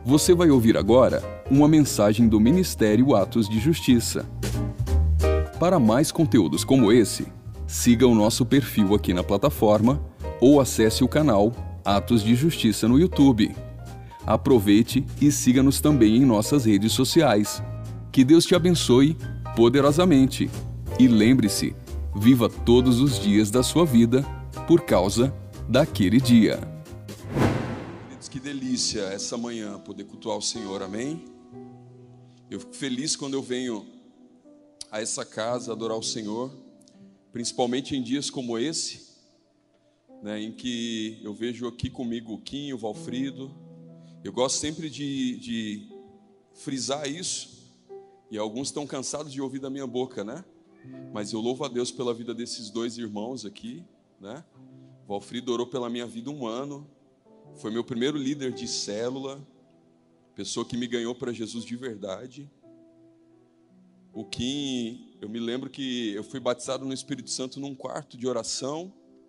Você vai ouvir agora uma mensagem do Ministério Atos de Justiça. Para mais conteúdos como esse, siga o nosso perfil aqui na plataforma ou acesse o canal Atos de Justiça no YouTube. Aproveite e siga-nos também em nossas redes sociais. Que Deus te abençoe poderosamente. E lembre-se, viva todos os dias da sua vida por causa daquele dia. Que delícia essa manhã poder cultuar o Senhor, amém? Eu fico feliz quando eu venho a essa casa adorar o Senhor, principalmente em dias como esse, né, em que eu vejo aqui comigo o Quinho, o Valfrido. Eu gosto sempre de frisar isso, e alguns estão cansados de ouvir da minha boca, né? Mas eu louvo a Deus pela vida desses dois irmãos aqui, né? O Valfrido orou pela minha vida 1 ano. Foi meu primeiro líder de célula, pessoa que me ganhou para Jesus de verdade. O Kim, eu me lembro que eu fui batizado no Espírito Santo num quarto de oração.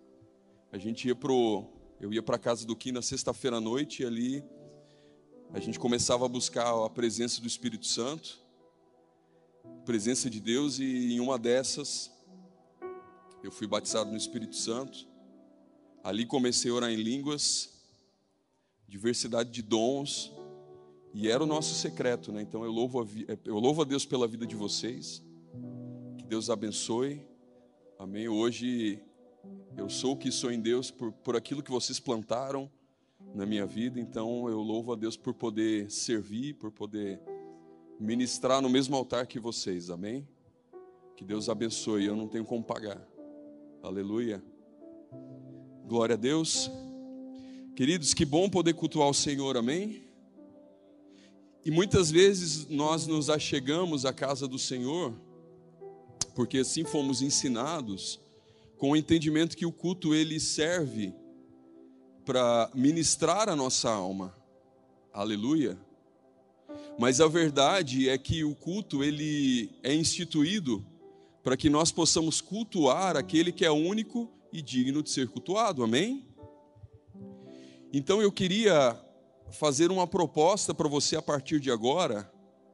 Eu ia para a casa do Kim na sexta-feira à noite e ali a gente começava a buscar a presença do Espírito Santo, presença de Deus, e em uma dessas eu fui batizado no Espírito Santo. Ali comecei a orar em línguas, diversidade de dons, e era o nosso secreto, né? Então eu louvo a Deus pela vida de vocês, que Deus abençoe, amém. Hoje eu sou o que sou em Deus por aquilo que vocês plantaram na minha vida, então eu louvo a Deus por poder servir, por poder ministrar no mesmo altar que vocês, amém. Que Deus abençoe, eu não tenho como pagar, aleluia, glória a Deus. Queridos, que bom poder cultuar o Senhor, amém? E muitas vezes nós nos achegamos à casa do Senhor, porque assim fomos ensinados, com o entendimento que o culto ele serve para ministrar a nossa alma, aleluia. Mas a verdade é que o culto ele é instituído para que nós possamos cultuar aquele que é único e digno de ser cultuado, amém? Então eu queria fazer uma proposta para você a partir de agora,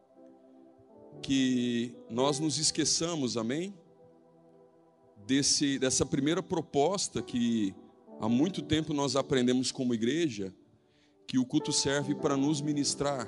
que nós nos esqueçamos, amém? Dessa primeira proposta que há muito tempo nós aprendemos como igreja, que o culto serve para nos ministrar,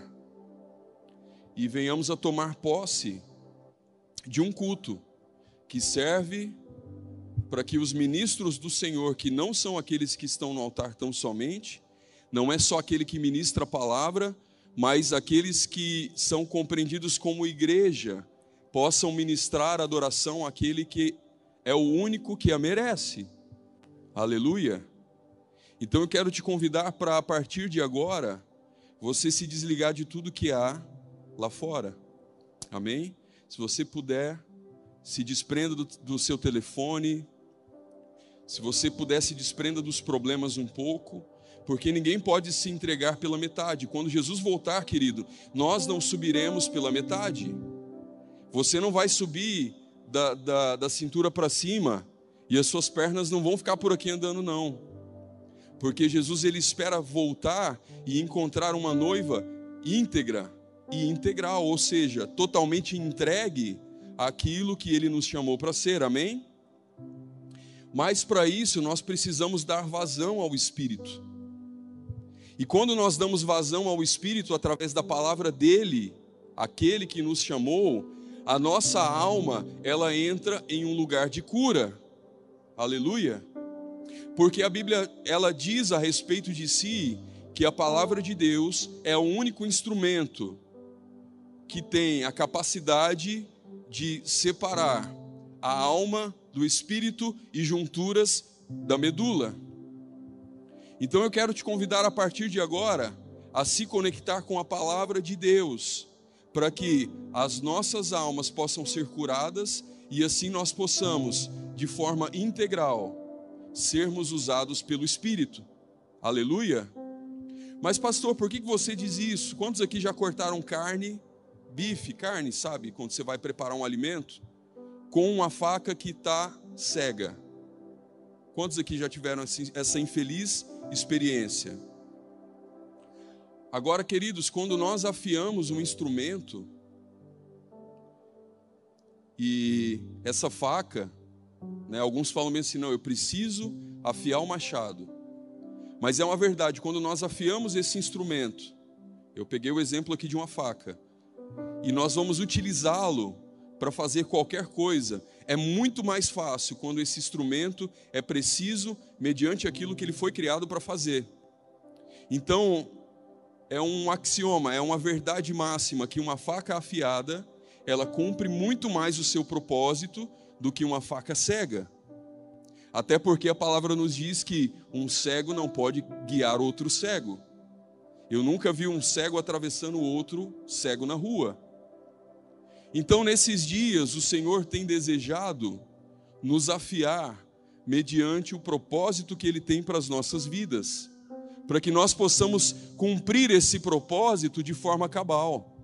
e venhamos a tomar posse de um culto que serve para que os ministros do Senhor, que não são aqueles que estão no altar tão somente, não é só aquele que ministra a palavra, mas aqueles que são compreendidos como igreja, possam ministrar adoração àquele que é o único que a merece. Aleluia! Então eu quero te convidar para, a partir de agora, você se desligar de tudo que há lá fora. Amém? Se você puder, se desprenda do seu telefone. Se você puder, se desprenda dos problemas um pouco, porque ninguém pode se entregar pela metade. Quando Jesus voltar, querido, nós não subiremos pela metade. Você não vai subir da cintura para cima e as suas pernas não vão ficar por aqui andando, não. Porque Jesus ele espera voltar e encontrar uma noiva íntegra e integral, ou seja, totalmente entregue àquilo que ele nos chamou para ser, amém? Mas para isso nós precisamos dar vazão ao Espírito. E quando nós damos vazão ao Espírito através da palavra dele, aquele que nos chamou, a nossa alma, ela entra em um lugar de cura. Aleluia! Porque a Bíblia, ela diz a respeito de si, que a palavra de Deus é o único instrumento que tem a capacidade de separar a alma do espírito e junturas da medula. Então eu quero te convidar a partir de agora a se conectar com a palavra de Deus, para que as nossas almas possam ser curadas e assim nós possamos, de forma integral, sermos usados pelo Espírito. Aleluia! Mas pastor, por que você diz isso? Quantos aqui já cortaram carne, bife, carne, sabe? Quando você vai preparar um alimento, com uma faca que está cega. Quantos aqui já tiveram essa infeliz experiência? Agora, queridos, quando nós afiamos um instrumento, e essa faca, né, alguns falam mesmo assim, não, eu preciso afiar o machado. Mas é uma verdade, quando nós afiamos esse instrumento, eu peguei o exemplo aqui de uma faca, e nós vamos utilizá-lo para fazer qualquer coisa, é muito mais fácil quando esse instrumento é preciso mediante aquilo que ele foi criado para fazer. Então, é um axioma, é uma verdade máxima que uma faca afiada, ela cumpre muito mais o seu propósito do que uma faca cega. Até porque a palavra nos diz que um cego não pode guiar outro cego. Eu nunca vi um cego atravessando outro cego na rua. Então, nesses dias, o Senhor tem desejado nos afiar mediante o propósito que Ele tem para as nossas vidas, para que nós possamos cumprir esse propósito de forma cabal.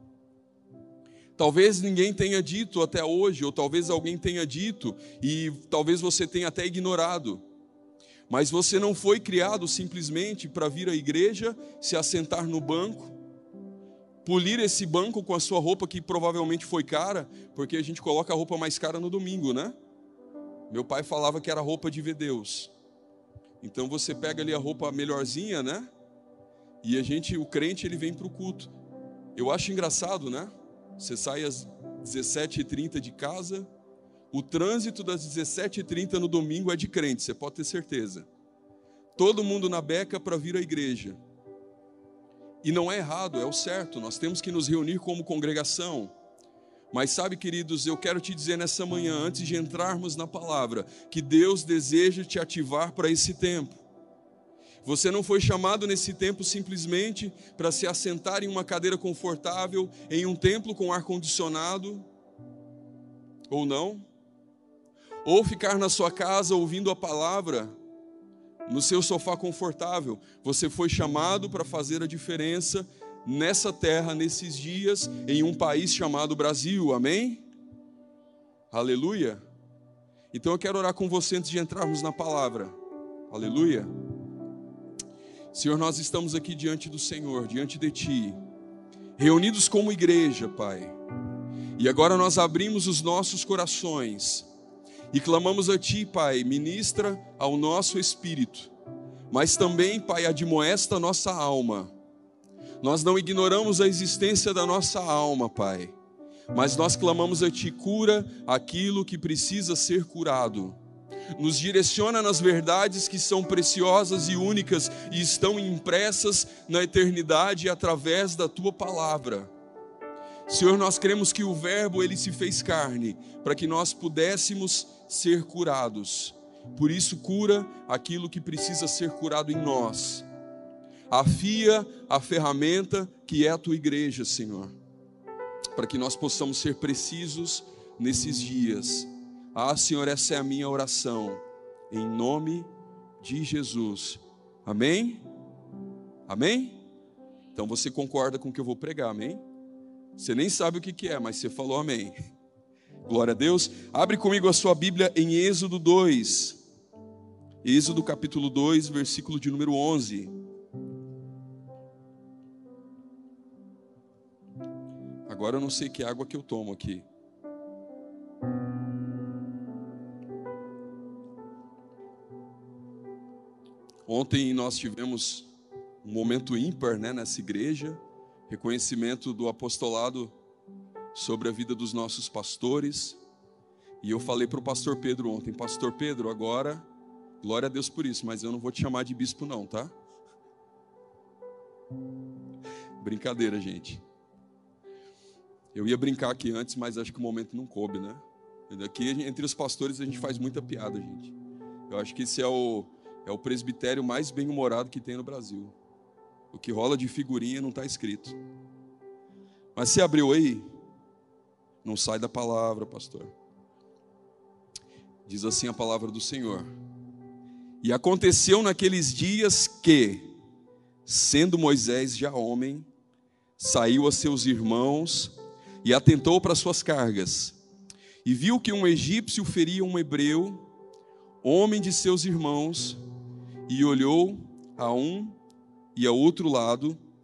Talvez ninguém tenha dito até hoje, ou talvez alguém tenha dito, e talvez você tenha até ignorado. Mas você não foi criado simplesmente para vir à igreja, se assentar no banco, polir esse banco com a sua roupa que provavelmente foi cara, porque a gente coloca a roupa mais cara no domingo, né? Meu pai falava que era roupa de ver Deus. Então você pega ali a roupa melhorzinha, né? E o crente, ele vem para o culto. Eu acho engraçado, né? Você sai às 17h30 de casa, o trânsito das 17h30 no domingo é de crente, você pode ter certeza. Todo mundo na beca para vir à igreja. E não é errado, é o certo, nós temos que nos reunir como congregação. Mas sabe, queridos, eu quero te dizer nessa manhã, antes de entrarmos na palavra, que Deus deseja te ativar para esse tempo. Você não foi chamado nesse tempo simplesmente para se assentar em uma cadeira confortável, em um templo com ar-condicionado, ou não, ou ficar na sua casa ouvindo a palavra, no seu sofá confortável. Você foi chamado para fazer a diferença nessa terra, nesses dias, em um país chamado Brasil, amém? Aleluia! Então eu quero orar com você antes de entrarmos na palavra, aleluia! Senhor, nós estamos aqui diante do Senhor, diante de Ti, reunidos como igreja, Pai. E agora nós abrimos os nossos corações e clamamos a Ti, Pai, ministra ao nosso espírito, mas também, Pai, admoesta a nossa alma. Nós não ignoramos a existência da nossa alma, Pai, mas nós clamamos a Ti, cura aquilo que precisa ser curado. Nos direciona nas verdades que são preciosas e únicas e estão impressas na eternidade através da Tua palavra. Senhor, nós cremos que o Verbo, Ele se fez carne para que nós pudéssemos ser curados. Por isso, cura aquilo que precisa ser curado em nós. Afia a ferramenta que é a Tua igreja, Senhor, para que nós possamos ser precisos nesses dias. Ah, Senhor, essa é a minha oração, em nome de Jesus. Amém? Amém? Então você concorda com o que eu vou pregar, amém? Você nem sabe o que é, mas você falou amém. Glória a Deus. Abre comigo a sua Bíblia em Êxodo 2. Êxodo capítulo 2, versículo de número 11. Agora eu não sei que água que eu tomo aqui. Ontem nós tivemos um momento ímpar, né, nessa igreja, reconhecimento do apostolado sobre a vida dos nossos pastores. E eu falei para o pastor Pedro ontem, pastor Pedro, agora, glória a Deus por isso, mas eu não vou te chamar de bispo não, tá? Brincadeira, gente. Eu ia brincar aqui antes, mas acho que o momento não coube, né? Aqui entre os pastores a gente faz muita piada, gente. Eu acho que esse é o presbitério mais bem-humorado que tem no Brasil. O que rola de figurinha não está escrito. Mas você abriu aí? Não sai da palavra, pastor. Diz assim a palavra do Senhor. E aconteceu naqueles dias que, sendo Moisés já homem, saiu a seus irmãos e atentou para suas cargas. E viu que um egípcio feria um hebreu, homem de seus irmãos, e olhou a um e ao outro lado,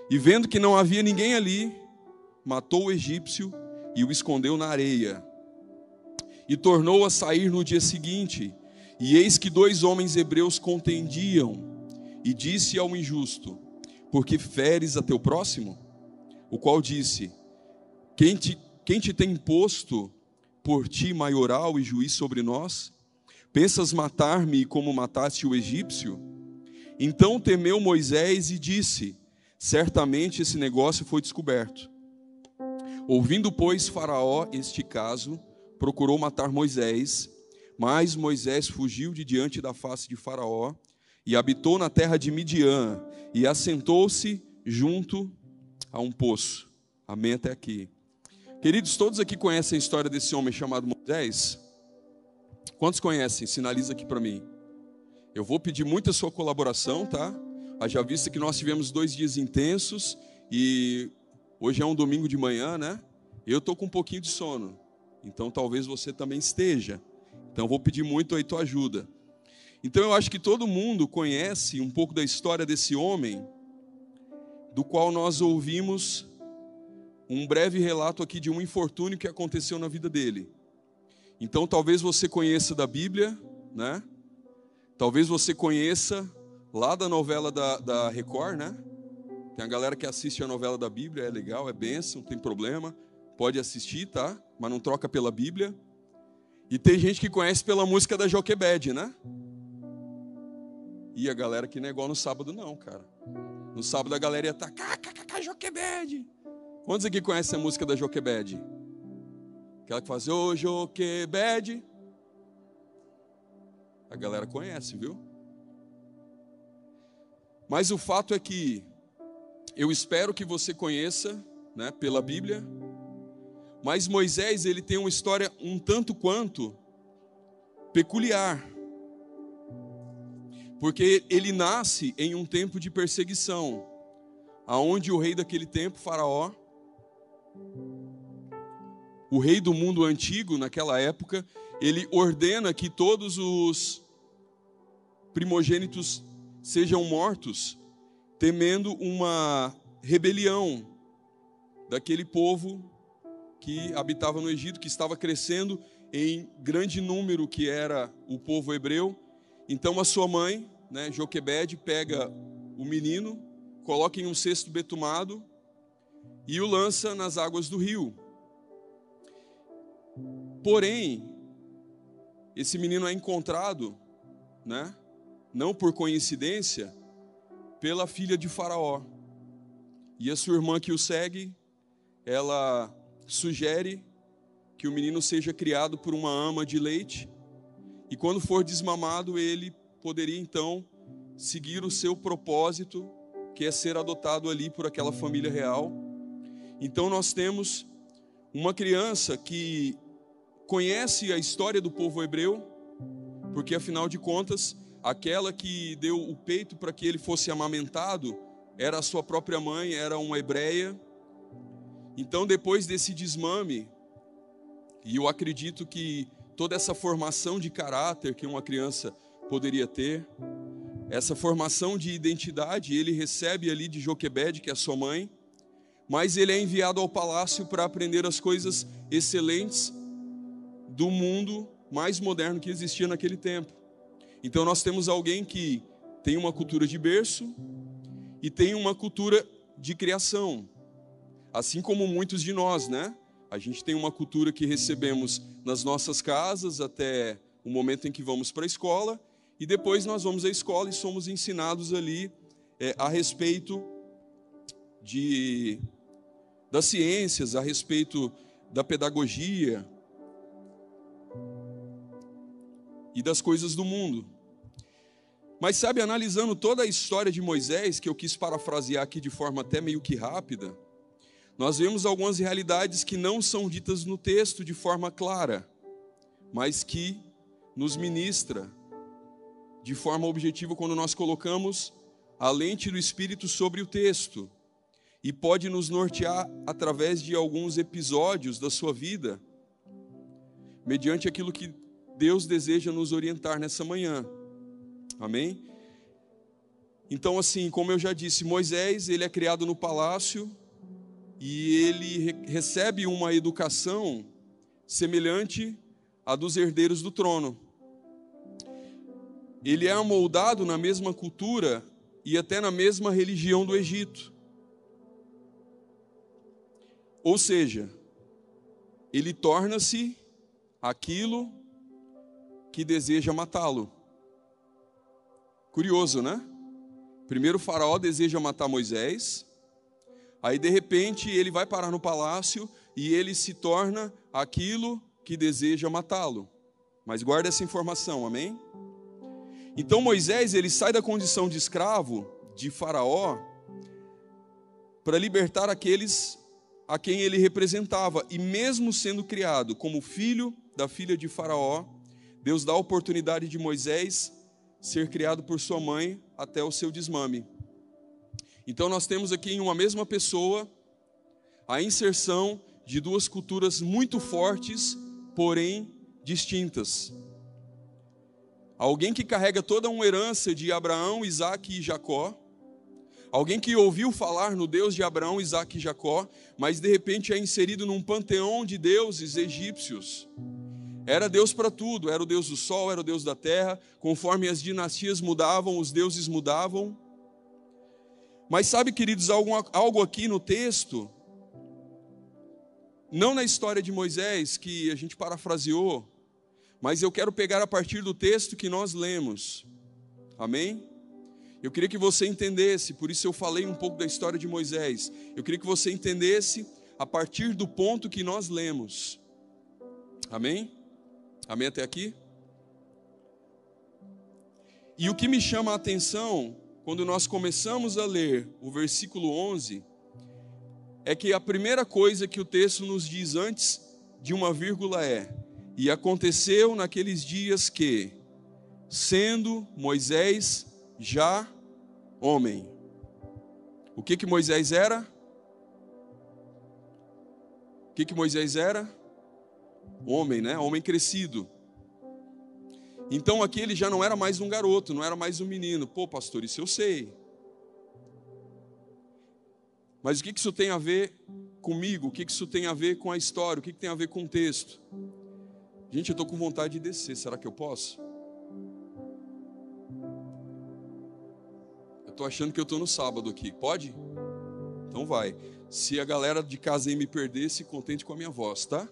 E vendo que não havia ninguém ali, matou o egípcio e o escondeu na areia. E tornou a sair no dia seguinte, e eis que 2 homens hebreus contendiam, e disse ao injusto: por que feres a teu próximo? O qual disse: quem te tem posto por ti maioral e juiz sobre nós? Pensas matar-me como mataste o egípcio? Então temeu Moisés e disse: certamente esse negócio foi descoberto. Ouvindo, pois, Faraó este caso, procurou matar Moisés, mas Moisés fugiu de diante da face de Faraó e habitou na terra de Midian e assentou-se junto a um poço. Amém até aqui. Queridos, todos aqui conhecem a história desse homem chamado Moisés? Quantos conhecem? Sinaliza aqui para mim. Eu vou pedir muito a sua colaboração, tá? Haja vista que nós tivemos 2 dias intensos e hoje é um domingo de manhã, né? Eu estou com um pouquinho de sono, então talvez você também esteja. Então eu vou pedir muito aí tua ajuda. Então eu acho que todo mundo conhece um pouco da história desse homem, do qual nós ouvimos um breve relato aqui de um infortúnio que aconteceu na vida dele. Então talvez você conheça da Bíblia, né? Talvez você conheça lá da novela da Record, né? Tem a galera que assiste a novela da Bíblia, é legal, é bênção, não tem problema. Pode assistir, tá? Mas não troca pela Bíblia. E tem gente que conhece pela música da Joquebed, né? E a galera que não é igual no sábado não, cara. No sábado a galera ia estar Joquebed. Quantos aqui conhecem a música da Joquebed? Aquela que faz ô Joquebed. A galera conhece, viu? Mas o fato é que eu espero que você conheça, né, pela Bíblia. Mas Moisés, ele tem uma história um tanto quanto peculiar. Porque ele nasce em um tempo de perseguição, aonde o rei daquele tempo, Faraó, o rei do mundo antigo naquela época, ele ordena que todos os primogênitos sejam mortos, temendo uma rebelião daquele povo que habitava no Egito, que estava crescendo em grande número, que era o povo hebreu. Então a sua mãe, né, Joquebed, pega o menino, coloca em um cesto betumado e o lança nas águas do rio. Porém, esse menino é encontrado, né, não por coincidência, pela filha de Faraó. E a sua irmã que o segue, ela sugere que o menino seja criado por uma ama de leite, e quando for desmamado, ele poderia então seguir o seu propósito, que é ser adotado ali por aquela família real. Então nós temos uma criança que conhece a história do povo hebreu, porque afinal de contas, aquela que deu o peito para que ele fosse amamentado era a sua própria mãe, era uma hebreia. Então depois desse desmame, e eu acredito que toda essa formação de caráter que uma criança poderia ter, essa formação de identidade, ele recebe ali de Joquebed, que é a sua mãe, mas ele é enviado ao palácio para aprender as coisas excelentes do mundo mais moderno que existia naquele tempo. Então nós temos alguém que tem uma cultura de berço e tem uma cultura de criação, assim como muitos de nós, né? A gente tem uma cultura que recebemos nas nossas casas até o momento em que vamos para a escola, e depois nós vamos à escola e somos ensinados ali a respeito das ciências, a respeito da pedagogia e das coisas do mundo. Mas sabe, analisando toda a história de Moisés, que eu quis parafrasear aqui de forma até meio que rápida, nós vemos algumas realidades que não são ditas no texto de forma clara, mas que nos ministra de forma objetiva quando nós colocamos a lente do Espírito sobre o texto, e pode nos nortear através de alguns episódios da sua vida, mediante aquilo que Deus deseja nos orientar nessa manhã. Amém? Então, assim, como eu já disse, Moisés, ele é criado no palácio e ele recebe uma educação semelhante à dos herdeiros do trono. Ele é amoldado na mesma cultura e até na mesma religião do Egito. Ou seja, ele torna-se aquilo que deseja matá-lo. Curioso, né? Primeiro o faraó deseja matar Moisés, aí de repente ele vai parar no palácio e ele se torna aquilo que deseja matá-lo. Mas guarda essa informação, amém? Então Moisés, ele sai da condição de escravo de faraó para libertar aqueles a quem ele representava. E mesmo sendo criado como filho da filha de faraó, Deus dá a oportunidade de Moisés ser criado por sua mãe até o seu desmame. Então nós temos aqui em uma mesma pessoa a inserção de duas culturas muito fortes, porém distintas. Alguém que carrega toda uma herança de Abraão, Isaque e Jacó. Alguém que ouviu falar no Deus de Abraão, Isaque e Jacó, mas de repente é inserido num panteão de deuses egípcios. Era Deus para tudo, era o Deus do sol, era o Deus da terra. Conforme as dinastias mudavam, os deuses mudavam. Mas sabe, queridos, algo aqui no texto, não na história de Moisés, que a gente parafraseou, mas eu quero pegar a partir do texto que nós lemos. Amém? Eu queria que você entendesse, por isso eu falei um pouco da história de Moisés. Eu queria que você entendesse a partir do ponto que nós lemos. Amém? Amém até aqui? E o que me chama a atenção, quando nós começamos a ler o versículo 11, é que a primeira coisa que o texto nos diz antes de uma vírgula é: e aconteceu naqueles dias que, sendo Moisés já homem. O que Moisés era? O que Moisés era? Homem, né? Homem crescido. Então aqui ele já não era mais um garoto, não era mais um menino. Pô, pastor, isso eu sei. Mas o que isso tem a ver comigo? O que isso tem a ver com a história? O que tem a ver com o texto? Gente, eu estou com vontade de descer, será que eu posso? Eu estou achando que eu estou no sábado aqui, pode? Então vai. Se a galera de casa aí me perder, se contente com a minha voz, tá?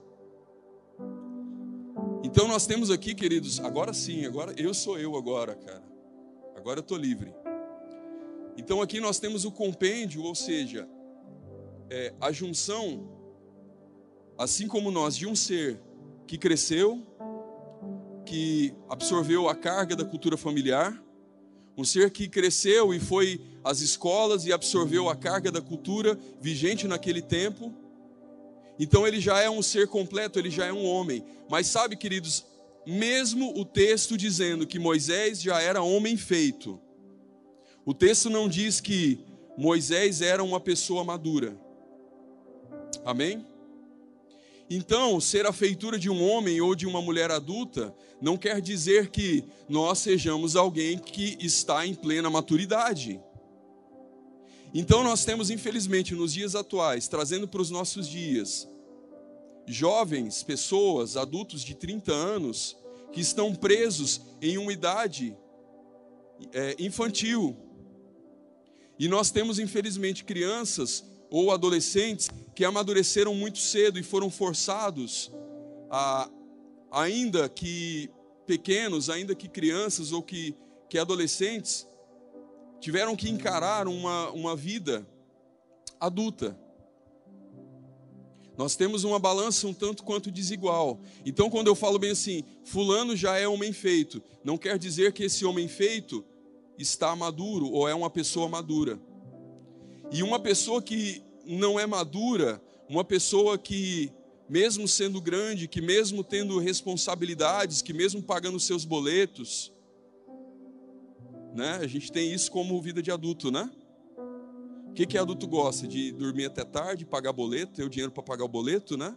Então nós temos aqui, queridos, agora sim, agora eu sou eu agora, cara. Agora eu estou livre. Então aqui nós temos o compêndio, ou seja, a junção, assim como nós, de um ser que cresceu, que absorveu a carga da cultura familiar, um ser que cresceu e foi às escolas e absorveu a carga da cultura vigente naquele tempo. Então ele já é um ser completo, ele já é um homem. Mas sabe, queridos, mesmo o texto dizendo que Moisés já era homem feito, o texto não diz que Moisés era uma pessoa madura. Amém? Então, ser a feitura de um homem ou de uma mulher adulta não quer dizer que nós sejamos alguém que está em plena maturidade. Então nós temos, infelizmente, nos dias atuais, trazendo para os nossos dias, jovens, pessoas, adultos de 30 anos, que estão presos em uma idade infantil. E nós temos, infelizmente, crianças ou adolescentes que amadureceram muito cedo e foram forçados, ainda que pequenos, ainda que crianças ou que adolescentes, tiveram que encarar uma vida adulta. Nós temos uma balança um tanto quanto desigual. Então, quando eu falo bem assim, fulano já é homem feito, não quer dizer que esse homem feito está maduro ou é uma pessoa madura. E uma pessoa que não é madura, uma pessoa que, mesmo sendo grande, que mesmo tendo responsabilidades, que mesmo pagando seus boletos, né? A gente tem isso como vida de adulto, né? O que adulto gosta? De dormir até tarde, pagar boleto, ter o dinheiro para pagar o boleto, né?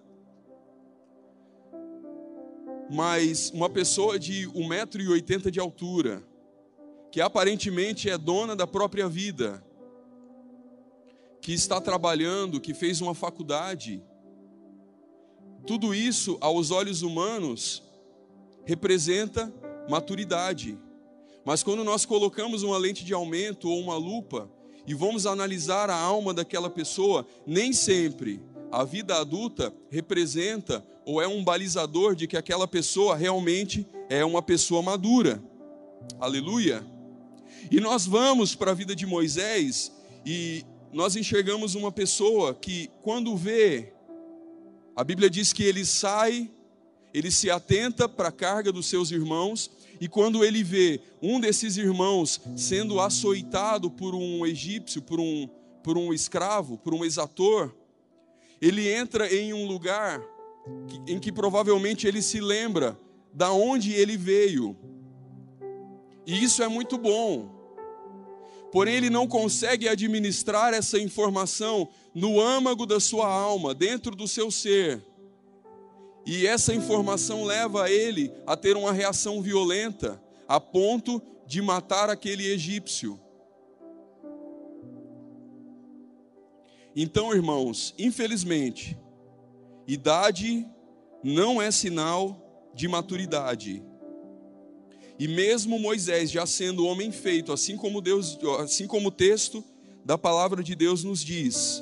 Mas uma pessoa de 1,80 m de altura, que aparentemente é dona da própria vida, que está trabalhando, que fez uma faculdade. Tudo isso, aos olhos humanos, representa maturidade. Mas quando nós colocamos uma lente de aumento ou uma lupa e vamos analisar a alma daquela pessoa, nem sempre a vida adulta representa ou é um balizador de que aquela pessoa realmente é uma pessoa madura. Aleluia! E nós vamos para a vida de Moisés e nós enxergamos uma pessoa que, quando vê, a Bíblia diz que ele sai, ele se atenta para a carga dos seus irmãos, e quando ele vê um desses irmãos sendo açoitado por um egípcio, por um escravo, por um exator, ele entra em um lugar em que provavelmente ele se lembra da onde ele veio. E isso é muito bom. Porém, ele não consegue administrar essa informação no âmago da sua alma, dentro do seu ser. E essa informação leva ele a ter uma reação violenta, a ponto de matar aquele egípcio. Então, irmãos, infelizmente, idade não é sinal de maturidade. E mesmo Moisés, já sendo homem feito, assim como o texto da palavra de Deus nos diz,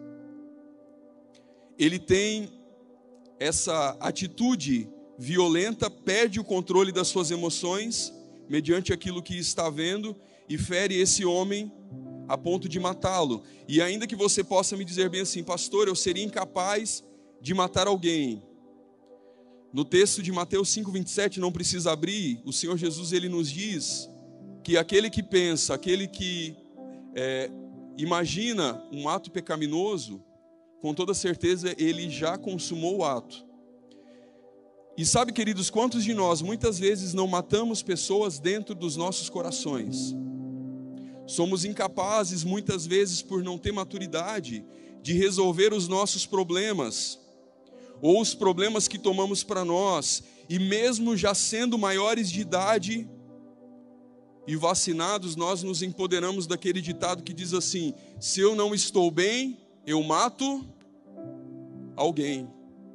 ele tem essa atitude violenta, perde o controle das suas emoções, mediante aquilo que está vendo, e fere esse homem a ponto de matá-lo. E ainda que você possa me dizer bem assim, pastor, eu seria incapaz de matar alguém. No texto de Mateus 5:27, não precisa abrir, o Senhor Jesus ele nos diz que aquele que pensa, aquele que imagina um ato pecaminoso, com toda certeza ele já consumou o ato. E sabe, queridos, quantos de nós muitas vezes não matamos pessoas dentro dos nossos corações? Somos incapazes muitas vezes, por não ter maturidade, de resolver os nossos problemas, ou os problemas que tomamos para nós, e mesmo já sendo maiores de idade e vacinados, nós nos empoderamos daquele ditado que diz assim: se eu não estou bem, eu mato alguém.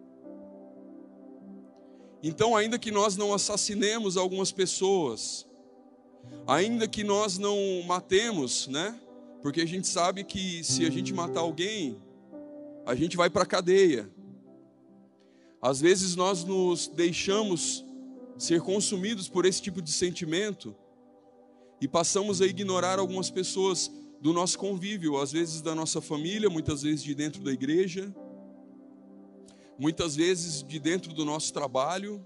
Então, ainda que nós não assassinemos algumas pessoas, ainda que nós não matemos, né? Porque a gente sabe que se a gente matar alguém, a gente vai para a cadeia. Às vezes nós nos deixamos ser consumidos por esse tipo de sentimento e passamos a ignorar algumas pessoas do nosso convívio, às vezes da nossa família, muitas vezes de dentro da igreja, muitas vezes de dentro do nosso trabalho.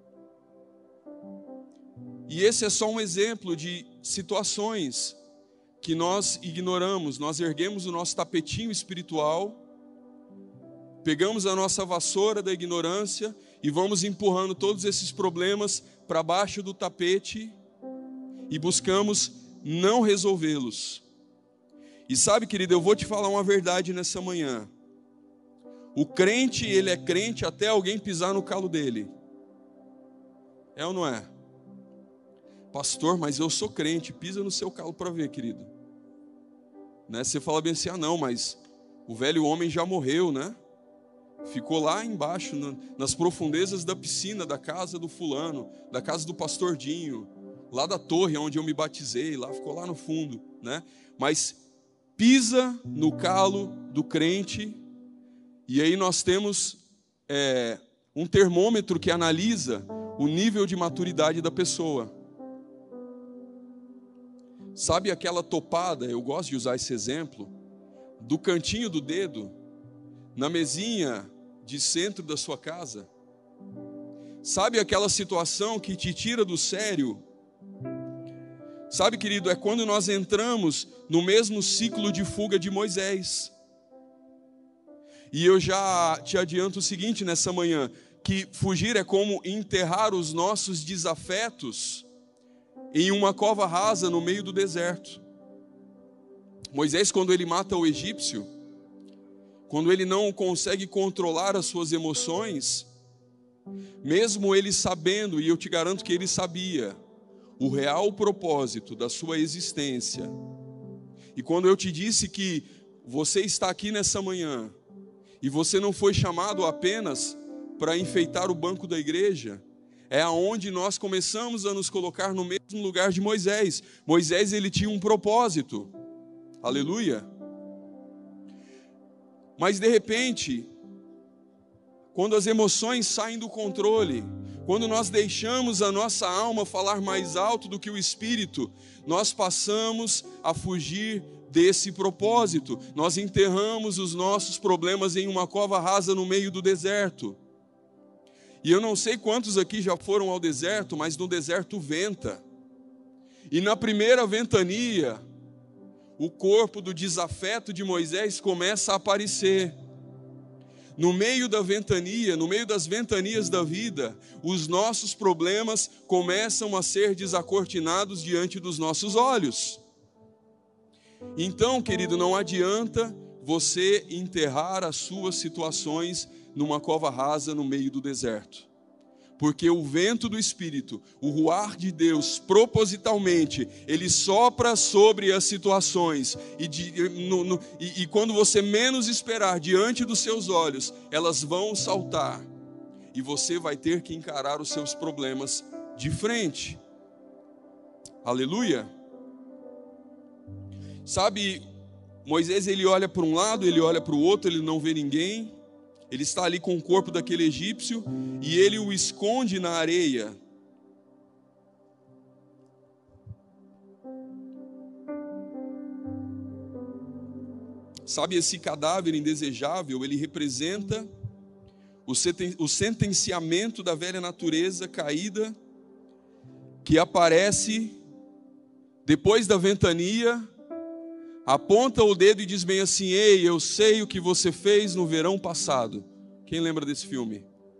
E esse é só um exemplo de situações que nós ignoramos. Nós erguemos o nosso tapetinho espiritual, pegamos a nossa vassoura da ignorância e vamos empurrando todos esses problemas para baixo do tapete e buscamos não resolvê-los. E sabe, querido, eu vou te falar uma verdade nessa manhã. O crente, ele é crente até alguém pisar no calo dele. É ou não é? Pastor, mas eu sou crente, pisa no seu calo para ver, querido. Né? Você fala bem assim, não, mas o velho homem já morreu, né? Ficou lá embaixo, nas profundezas da piscina da casa do fulano, da casa do pastor Dinho, lá da torre onde eu me batizei, lá ficou lá no fundo, né? Mas pisa no calo do crente, e aí nós temos um termômetro que analisa o nível de maturidade da pessoa. Sabe aquela topada, eu gosto de usar esse exemplo, do cantinho do dedo, na mesinha de centro da sua casa? Sabe aquela situação que te tira do sério? Sabe, querido, é quando nós entramos no mesmo ciclo de fuga de Moisés. E eu já te adianto o seguinte nessa manhã, que fugir é como enterrar os nossos desafetos em uma cova rasa no meio do deserto. Moisés, quando ele mata o egípcio, quando ele não consegue controlar as suas emoções, mesmo ele sabendo, e eu te garanto que ele sabia, o real propósito da sua existência. E quando eu te disse que você está aqui nessa manhã, e você não foi chamado apenas para enfeitar o banco da igreja, é aonde nós começamos a nos colocar no mesmo lugar de Moisés. Moisés, ele tinha um propósito. Aleluia. Mas de repente, quando as emoções saem do controle, quando nós deixamos a nossa alma falar mais alto do que o espírito, nós passamos a fugir desse propósito. Nós enterramos os nossos problemas em uma cova rasa no meio do deserto. E eu não sei quantos aqui já foram ao deserto, mas no deserto venta. E na primeira ventania, o corpo do desafeto de Moisés começa a aparecer. No meio da ventania, no meio das ventanias da vida, os nossos problemas começam a ser desacortinados diante dos nossos olhos. Então, querido, não adianta você enterrar as suas situações numa cova rasa no meio do deserto. Porque o vento do Espírito, o ruar de Deus, propositalmente, ele sopra sobre as situações. E quando você menos esperar, diante dos seus olhos, elas vão saltar. E você vai ter que encarar os seus problemas de frente. Aleluia. Sabe, Moisés, ele olha para um lado, ele olha para o outro, ele não vê ninguém. Ele está ali com o corpo daquele egípcio e ele o esconde na areia. Sabe, esse cadáver indesejável, ele representa o sentenciamento da velha natureza caída, que aparece depois da ventania, aponta o dedo e diz bem assim: ei, eu sei o que você fez no verão passado. Quem lembra desse filme?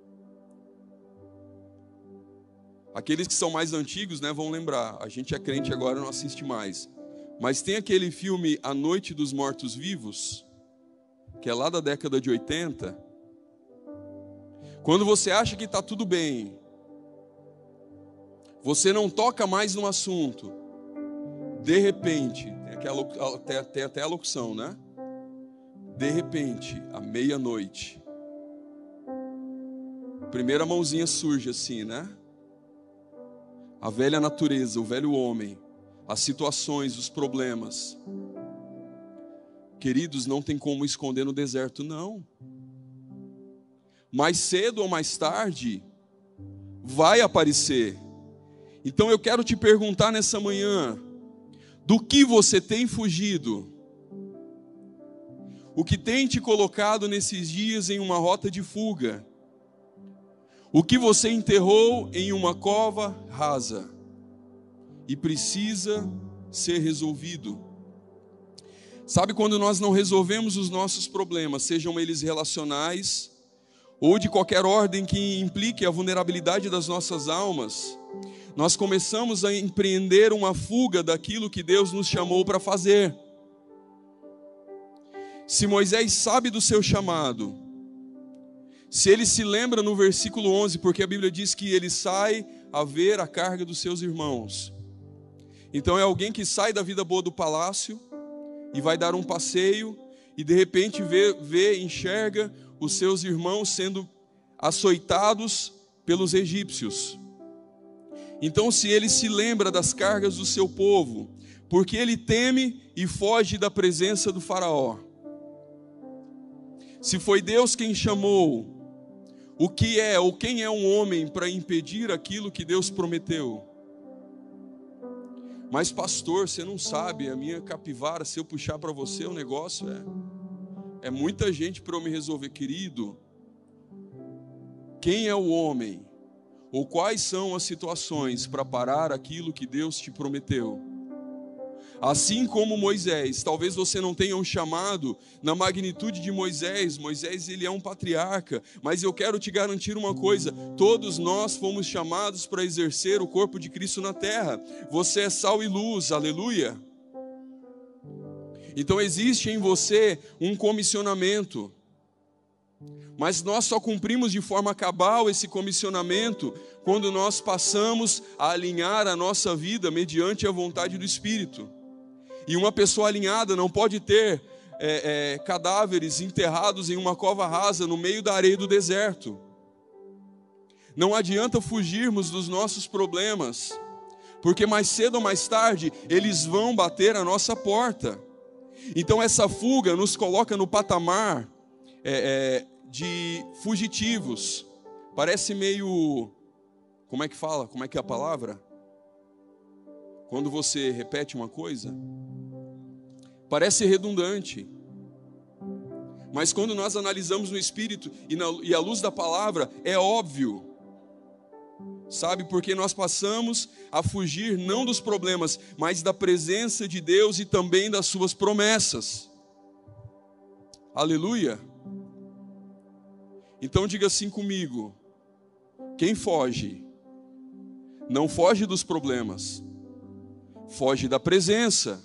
Aqueles que são mais antigos, né, vão lembrar. A gente é crente agora, não assiste mais. Mas tem aquele filme A Noite dos Mortos-Vivos, que é lá da década de 80. Quando você acha que está tudo bem, você não toca mais no assunto, de repente, tem até a locução, né? De repente, à meia-noite, primeira mãozinha surge assim, né? A velha natureza, o velho homem, as situações, os problemas. Queridos, não tem como esconder no deserto, não. Mais cedo ou mais tarde, vai aparecer. Então eu quero te perguntar nessa manhã, do que você tem fugido? O que tem te colocado nesses dias em uma rota de fuga? O que você enterrou em uma cova rasa e precisa ser resolvido? Sabe, quando nós não resolvemos os nossos problemas, sejam eles relacionais ou de qualquer ordem que implique a vulnerabilidade das nossas almas, nós começamos a empreender uma fuga daquilo que Deus nos chamou para fazer. Se Moisés sabe do seu chamado, se ele se lembra no versículo 11, porque a Bíblia diz que ele sai a ver a carga dos seus irmãos. Então é alguém que sai da vida boa do palácio e vai dar um passeio e de repente enxerga os seus irmãos sendo açoitados pelos egípcios. Então, se ele se lembra das cargas do seu povo, porque ele teme e foge da presença do faraó. Se foi Deus quem chamou, o que é ou quem é um homem para impedir aquilo que Deus prometeu? Mas pastor, você não sabe, a minha capivara, se eu puxar para você o negócio é muita gente para eu me resolver. Querido, quem é o homem? Ou quais são as situações para parar aquilo que Deus te prometeu? Assim como Moisés, talvez você não tenha um chamado na magnitude de Moisés. Moisés, ele é um patriarca, mas eu quero te garantir uma coisa: todos nós fomos chamados para exercer o corpo de Cristo na terra. Você é sal e luz, aleluia. Então existe em você um comissionamento. Mas nós só cumprimos de forma cabal esse comissionamento quando nós passamos a alinhar a nossa vida mediante a vontade do Espírito. E uma pessoa alinhada não pode ter cadáveres enterrados em uma cova rasa no meio da areia do deserto. Não adianta fugirmos dos nossos problemas, porque mais cedo ou mais tarde eles vão bater a nossa porta. Então essa fuga nos coloca no patamar de fugitivos. Parece meio... Como é que fala? Como é que é a palavra? Quando você repete uma coisa, parece redundante. Mas quando nós analisamos no Espírito e à luz da palavra, é óbvio. Sabe, porque nós passamos a fugir não dos problemas, mas da presença de Deus e também das suas promessas. Aleluia. Então diga assim comigo: quem foge, não foge dos problemas, foge da presença.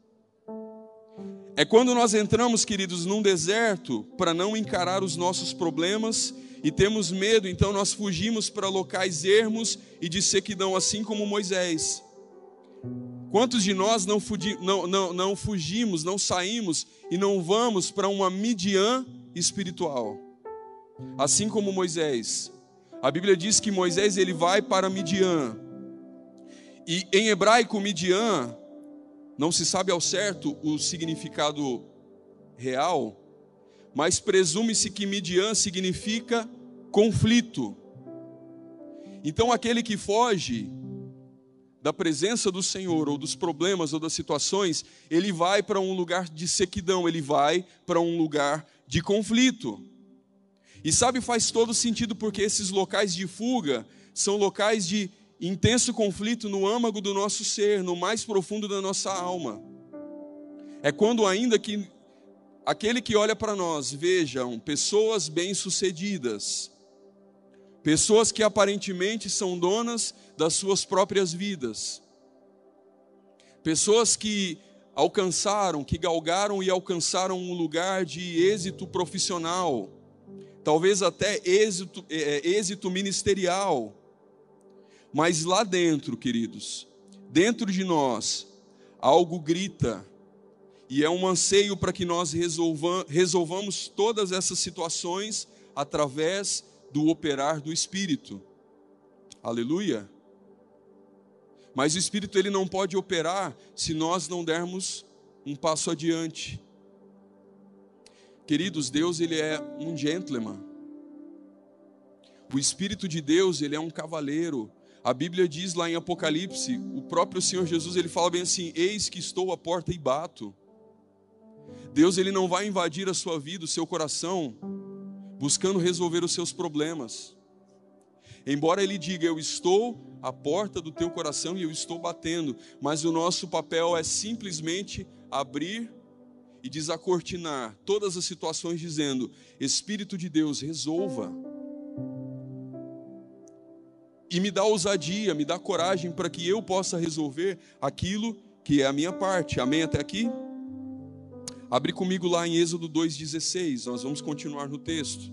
É quando nós entramos, queridos, num deserto para não encarar os nossos problemas e temos medo, então nós fugimos para locais ermos e de sequidão, assim como Moisés. Quantos de nós não fugimos, não saímos e não vamos para uma Midian espiritual? Assim como Moisés. A Bíblia diz que Moisés ele vai para Midian. E em hebraico, Midian, não se sabe ao certo o significado real, mas presume-se que Midian significa conflito. Então aquele que foge da presença do Senhor, ou dos problemas, ou das situações, ele vai para um lugar de sequidão, ele vai para um lugar de conflito. E sabe, faz todo sentido, porque esses locais de fuga são locais de intenso conflito no âmago do nosso ser, no mais profundo da nossa alma. É quando ainda que aquele que olha para nós vejam pessoas bem-sucedidas, pessoas que aparentemente são donas das suas próprias vidas, pessoas que alcançaram, que galgaram e alcançaram um lugar de êxito profissional, talvez até êxito ministerial. Mas lá dentro, queridos, dentro de nós, algo grita, e é um anseio para que nós resolvamos todas essas situações através do operar do Espírito. Aleluia! Mas o Espírito ele não pode operar se nós não dermos um passo adiante. Queridos, Deus ele é um gentleman. O Espírito de Deus ele é um cavaleiro. A Bíblia diz lá em Apocalipse, o próprio Senhor Jesus ele fala bem assim: eis que estou à porta e bato. Deus ele não vai invadir a sua vida, o seu coração, buscando resolver os seus problemas. Embora ele diga: eu estou à porta do teu coração e eu estou batendo, mas o nosso papel é simplesmente abrir e desacortinar todas as situações, dizendo: Espírito de Deus, resolva. E me dá ousadia, me dá coragem para que eu possa resolver aquilo que é a minha parte. Amém até aqui? Abre comigo lá em Êxodo 2,16, nós vamos continuar no texto.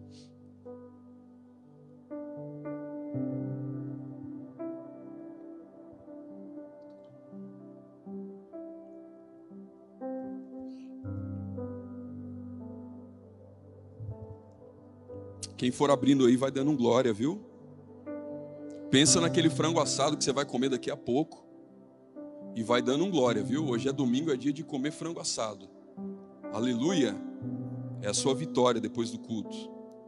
Quem for abrindo aí vai dando glória, viu? Pensa naquele frango assado que você vai comer daqui a pouco e vai dando glória, viu? Hoje é domingo, é dia de comer frango assado. Aleluia! É a sua vitória depois do culto.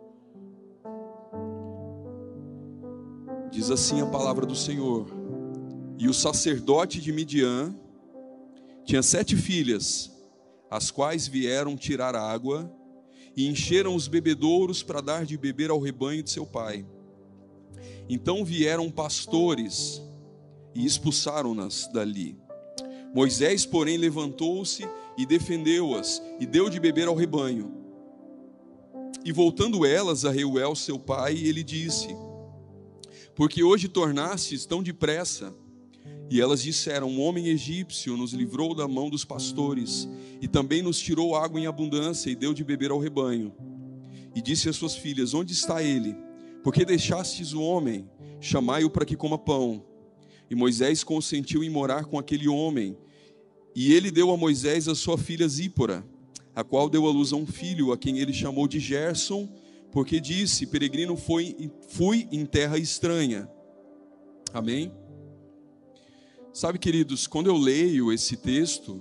Diz assim a palavra do Senhor: e o sacerdote de Midian tinha 7 filhas, as quais vieram tirar água e encheram os bebedouros para dar de beber ao rebanho de seu pai. Então vieram pastores e expulsaram-nas dali. Moisés, porém, levantou-se e defendeu-as e deu de beber ao rebanho. E voltando elas a Reuel, seu pai, ele disse: porque hoje tornastes tão depressa? E elas disseram: um homem egípcio nos livrou da mão dos pastores e também nos tirou água em abundância e deu de beber ao rebanho. e disse às suas filhas: onde está ele? Porque deixastes o homem? Chamai-o para que coma pão. E Moisés consentiu em morar com aquele homem. E ele deu a Moisés a sua filha Zípora, a qual deu à luz a um filho, a quem ele chamou de Gerson, porque disse: peregrino fui em terra estranha. Amém? Sabe, queridos, quando eu leio esse texto,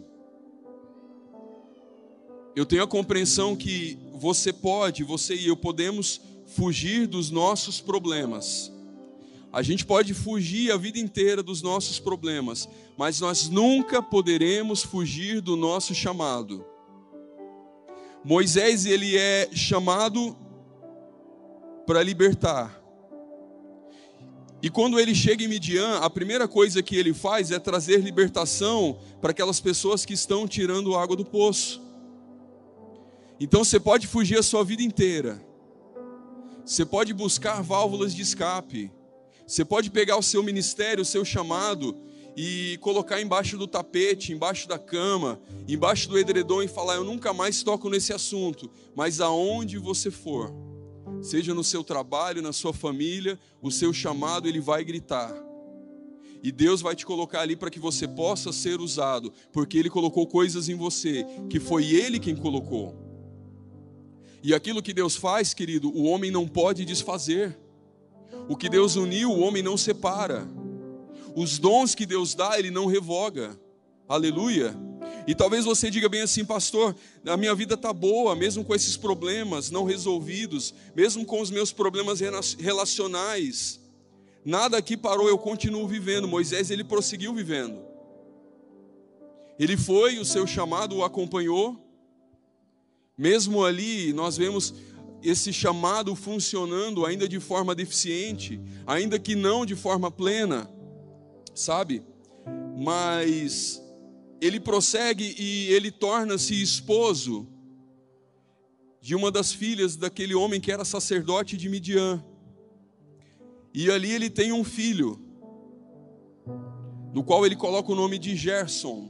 eu tenho a compreensão que você e eu podemos fugir dos nossos problemas. A gente pode fugir a vida inteira dos nossos problemas, mas nós nunca poderemos fugir do nosso chamado. Moisés, ele é chamado para libertar. E quando ele chega em Midian, a primeira coisa que ele faz é trazer libertação para aquelas pessoas que estão tirando água do poço. Então você pode fugir a sua vida inteira. Você pode buscar válvulas de escape. Você pode pegar o seu ministério, o seu chamado e colocar embaixo do tapete, embaixo da cama, embaixo do edredom e falar: eu nunca mais toco nesse assunto. Mas aonde você for, seja no seu trabalho, na sua família, o seu chamado, ele vai gritar. E Deus vai te colocar ali para que você possa ser usado, porque Ele colocou coisas em você, que foi Ele quem colocou. E aquilo que Deus faz, querido, o homem não pode desfazer. O que Deus uniu, o homem não separa. Os dons que Deus dá, Ele não revoga. Aleluia. E talvez você diga bem assim: pastor, a minha vida está boa, mesmo com esses problemas não resolvidos, mesmo com os meus problemas relacionais, nada aqui parou, eu continuo vivendo. Moisés, ele prosseguiu vivendo. Ele foi, o seu chamado o acompanhou. Mesmo ali, nós vemos esse chamado funcionando ainda de forma deficiente, ainda que não de forma plena, sabe? Mas ele prossegue e ele torna-se esposo de uma das filhas daquele homem que era sacerdote de Midian. E ali ele tem um filho, no qual ele coloca o nome de Gerson,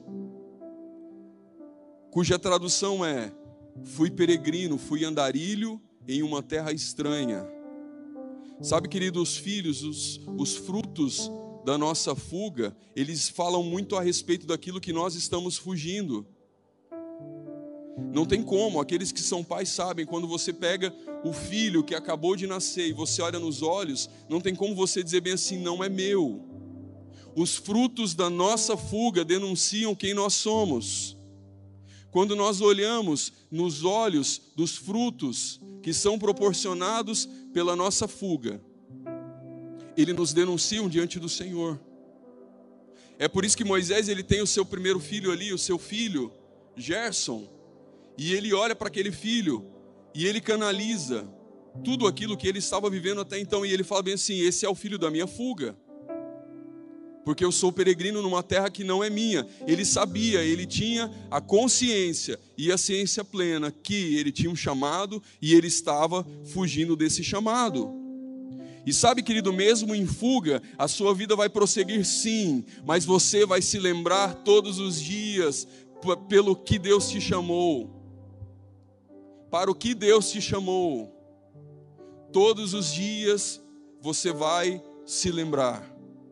cuja tradução é: fui peregrino, fui andarilho em uma terra estranha. Sabe, querido, os filhos, os frutos da nossa fuga, eles falam muito a respeito daquilo que nós estamos fugindo. Não tem como, aqueles que são pais sabem, quando você pega o filho que acabou de nascer e você olha nos olhos, não tem como você dizer bem assim: não é meu. Os frutos da nossa fuga denunciam quem nós somos. Quando nós olhamos nos olhos dos frutos que são proporcionados pela nossa fuga, eles nos denunciam diante do Senhor. É por isso que Moisés, ele tem o seu primeiro filho ali, o seu filho, Gerson, e ele olha para aquele filho e ele canaliza tudo aquilo que ele estava vivendo até então, e ele fala bem assim: esse é o filho da minha fuga, porque eu sou peregrino numa terra que não é minha. Ele sabia, ele tinha a consciência e a ciência plena que ele tinha um chamado e ele estava fugindo desse chamado. E sabe, querido, mesmo em fuga, a sua vida vai prosseguir sim, mas você vai se lembrar todos os dias pelo que Deus te chamou, para o que Deus te chamou. Todos os dias você vai se lembrar.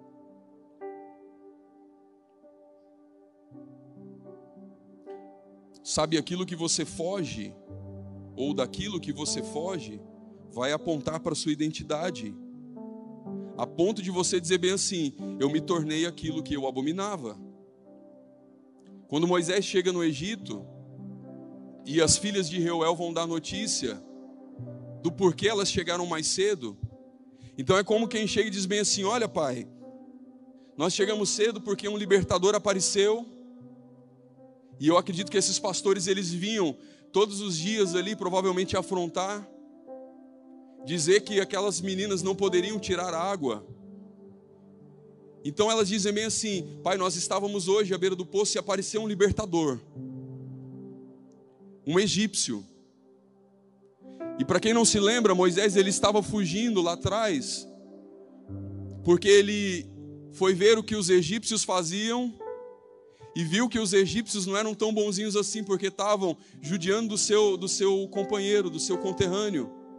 Sabe, aquilo que você foge, ou daquilo que você foge, vai apontar para a sua identidade, a ponto de você dizer bem assim: eu me tornei aquilo que eu abominava. Quando Moisés chega no Egito, e as filhas de Reuel vão dar notícia do porquê elas chegaram mais cedo, então é como quem chega e diz bem assim: olha, pai, nós chegamos cedo porque um libertador apareceu. E eu acredito que esses pastores, eles vinham todos os dias ali, provavelmente afrontar, dizer que aquelas meninas não poderiam tirar água. Então elas dizem bem assim: pai, nós estávamos hoje à beira do poço e apareceu um libertador, um egípcio. E para quem não se lembra, Moisés, ele estava fugindo lá atrás, porque ele foi ver o que os egípcios faziam, e viu que os egípcios não eram tão bonzinhos assim, porque estavam judiando do seu companheiro, do seu conterrâneo.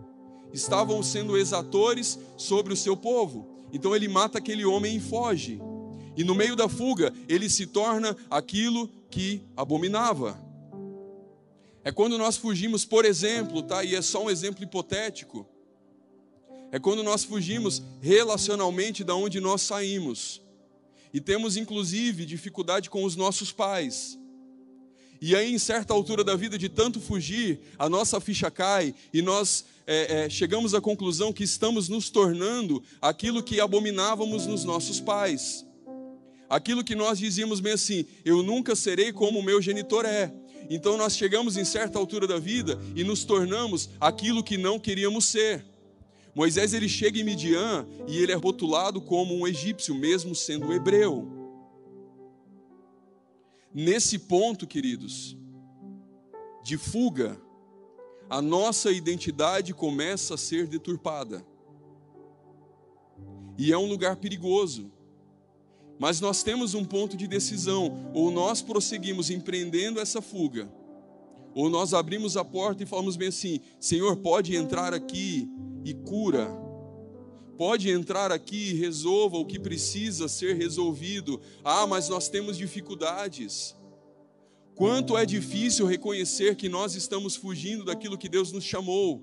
estavam sendo exatores sobre o seu povo. Então ele mata aquele homem e foge. E no meio da fuga, ele se torna aquilo que abominava. É quando nós fugimos, por exemplo, tá? E é só um exemplo hipotético. É quando nós fugimos relacionalmente da onde nós saímos. E temos, inclusive, dificuldade com os nossos pais. E aí, em certa altura da vida, de tanto fugir, a nossa ficha cai e nós chegamos à conclusão que estamos nos tornando aquilo que abominávamos nos nossos pais. Aquilo que nós dizíamos bem assim, eu nunca serei como o meu genitor é. Então nós chegamos em certa altura da vida e nos tornamos aquilo que não queríamos ser. Moisés, ele chega em Midian e ele é rotulado como um egípcio, mesmo sendo hebreu. Nesse ponto, queridos, de fuga, a nossa identidade começa a ser deturpada. E é um lugar perigoso. Mas nós temos um ponto de decisão. Ou nós prosseguimos empreendendo essa fuga, ou nós abrimos a porta e falamos bem assim, Senhor, pode entrar aqui e cura. Pode entrar aqui e resolva o que precisa ser resolvido. Ah, mas nós temos dificuldades. Quanto é difícil reconhecer que nós estamos fugindo daquilo que Deus nos chamou.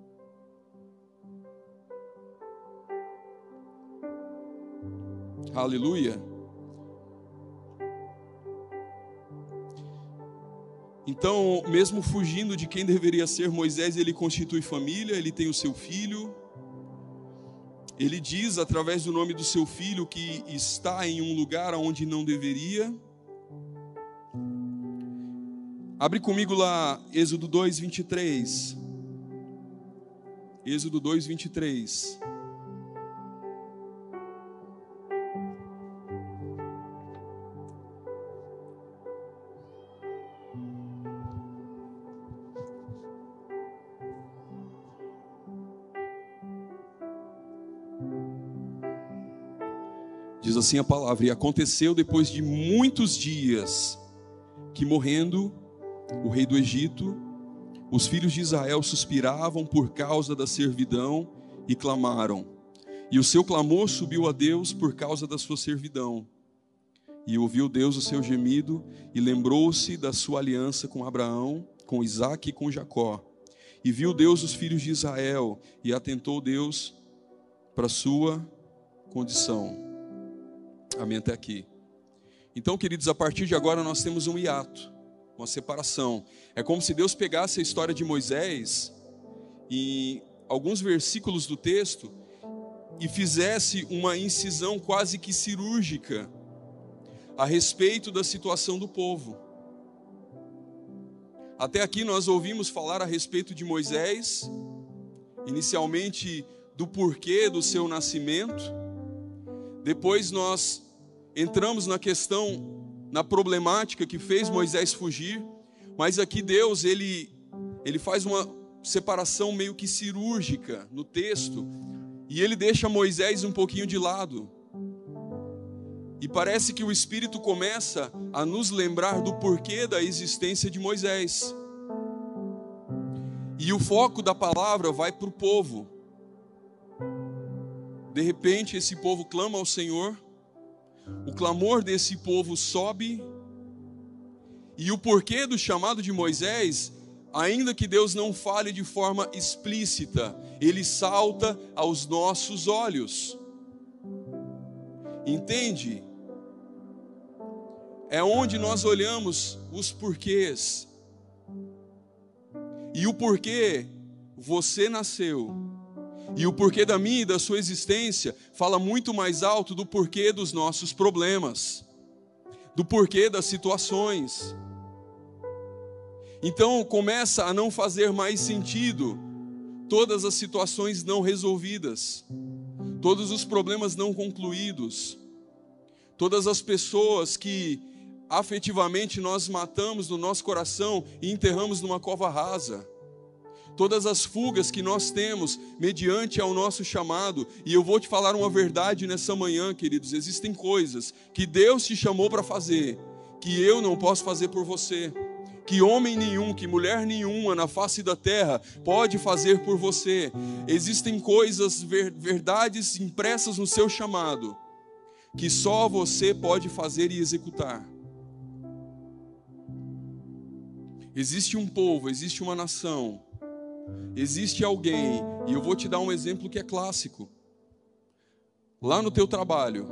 Aleluia. Então, mesmo fugindo de quem deveria ser, Moisés, ele constitui família, ele tem o seu filho. Ele diz, através do nome do seu filho, que está em um lugar onde não deveria. Abre comigo lá, Êxodo 2, 23. Êxodo 2, 23. Diz assim a palavra: e aconteceu depois de muitos dias, que morrendo o rei do Egito, os filhos de Israel suspiravam por causa da servidão e clamaram. E o seu clamor subiu a Deus por causa da sua servidão. E ouviu Deus o seu gemido e lembrou-se da sua aliança com Abraão, com Isaque e com Jacó. E viu Deus os filhos de Israel e atentou Deus para a sua condição. Amém até aqui. Então, queridos, a partir de agora nós temos um hiato, uma separação. É como se Deus pegasse a história de Moisés e alguns versículos do texto e fizesse uma incisão quase que cirúrgica a respeito da situação do povo. Até aqui nós ouvimos falar a respeito de Moisés, inicialmente do porquê do seu nascimento. Depois nós entramos na questão, na problemática que fez Moisés fugir. Mas aqui Deus, ele faz uma separação meio que cirúrgica no texto. E ele deixa Moisés um pouquinho de lado. E parece que o Espírito começa a nos lembrar do porquê da existência de Moisés. E o foco da palavra vai para o povo. De repente esse povo clama ao Senhor. O clamor desse povo sobe. E o porquê do chamado de Moisés, ainda que Deus não fale de forma explícita, ele salta aos nossos olhos. Entende? É onde nós olhamos os porquês. E o porquê você nasceu, e o porquê da minha e da sua existência, fala muito mais alto do porquê dos nossos problemas, do porquê das situações. Então começa a não fazer mais sentido todas as situações não resolvidas, todos os problemas não concluídos, todas as pessoas que afetivamente nós matamos no nosso coração e enterramos numa cova rasa, todas as fugas que nós temos mediante ao nosso chamado. E eu vou te falar uma verdade nessa manhã, queridos: existem coisas que Deus te chamou para fazer, que eu não posso fazer por você. que homem nenhum, que mulher nenhuma na face da terra pode fazer por você. Existem coisas, verdades impressas no seu chamado, que só você pode fazer e executar. Existe um povo, existe uma nação, existe alguém, e eu vou te dar um exemplo que é clássico. Lá no teu trabalho,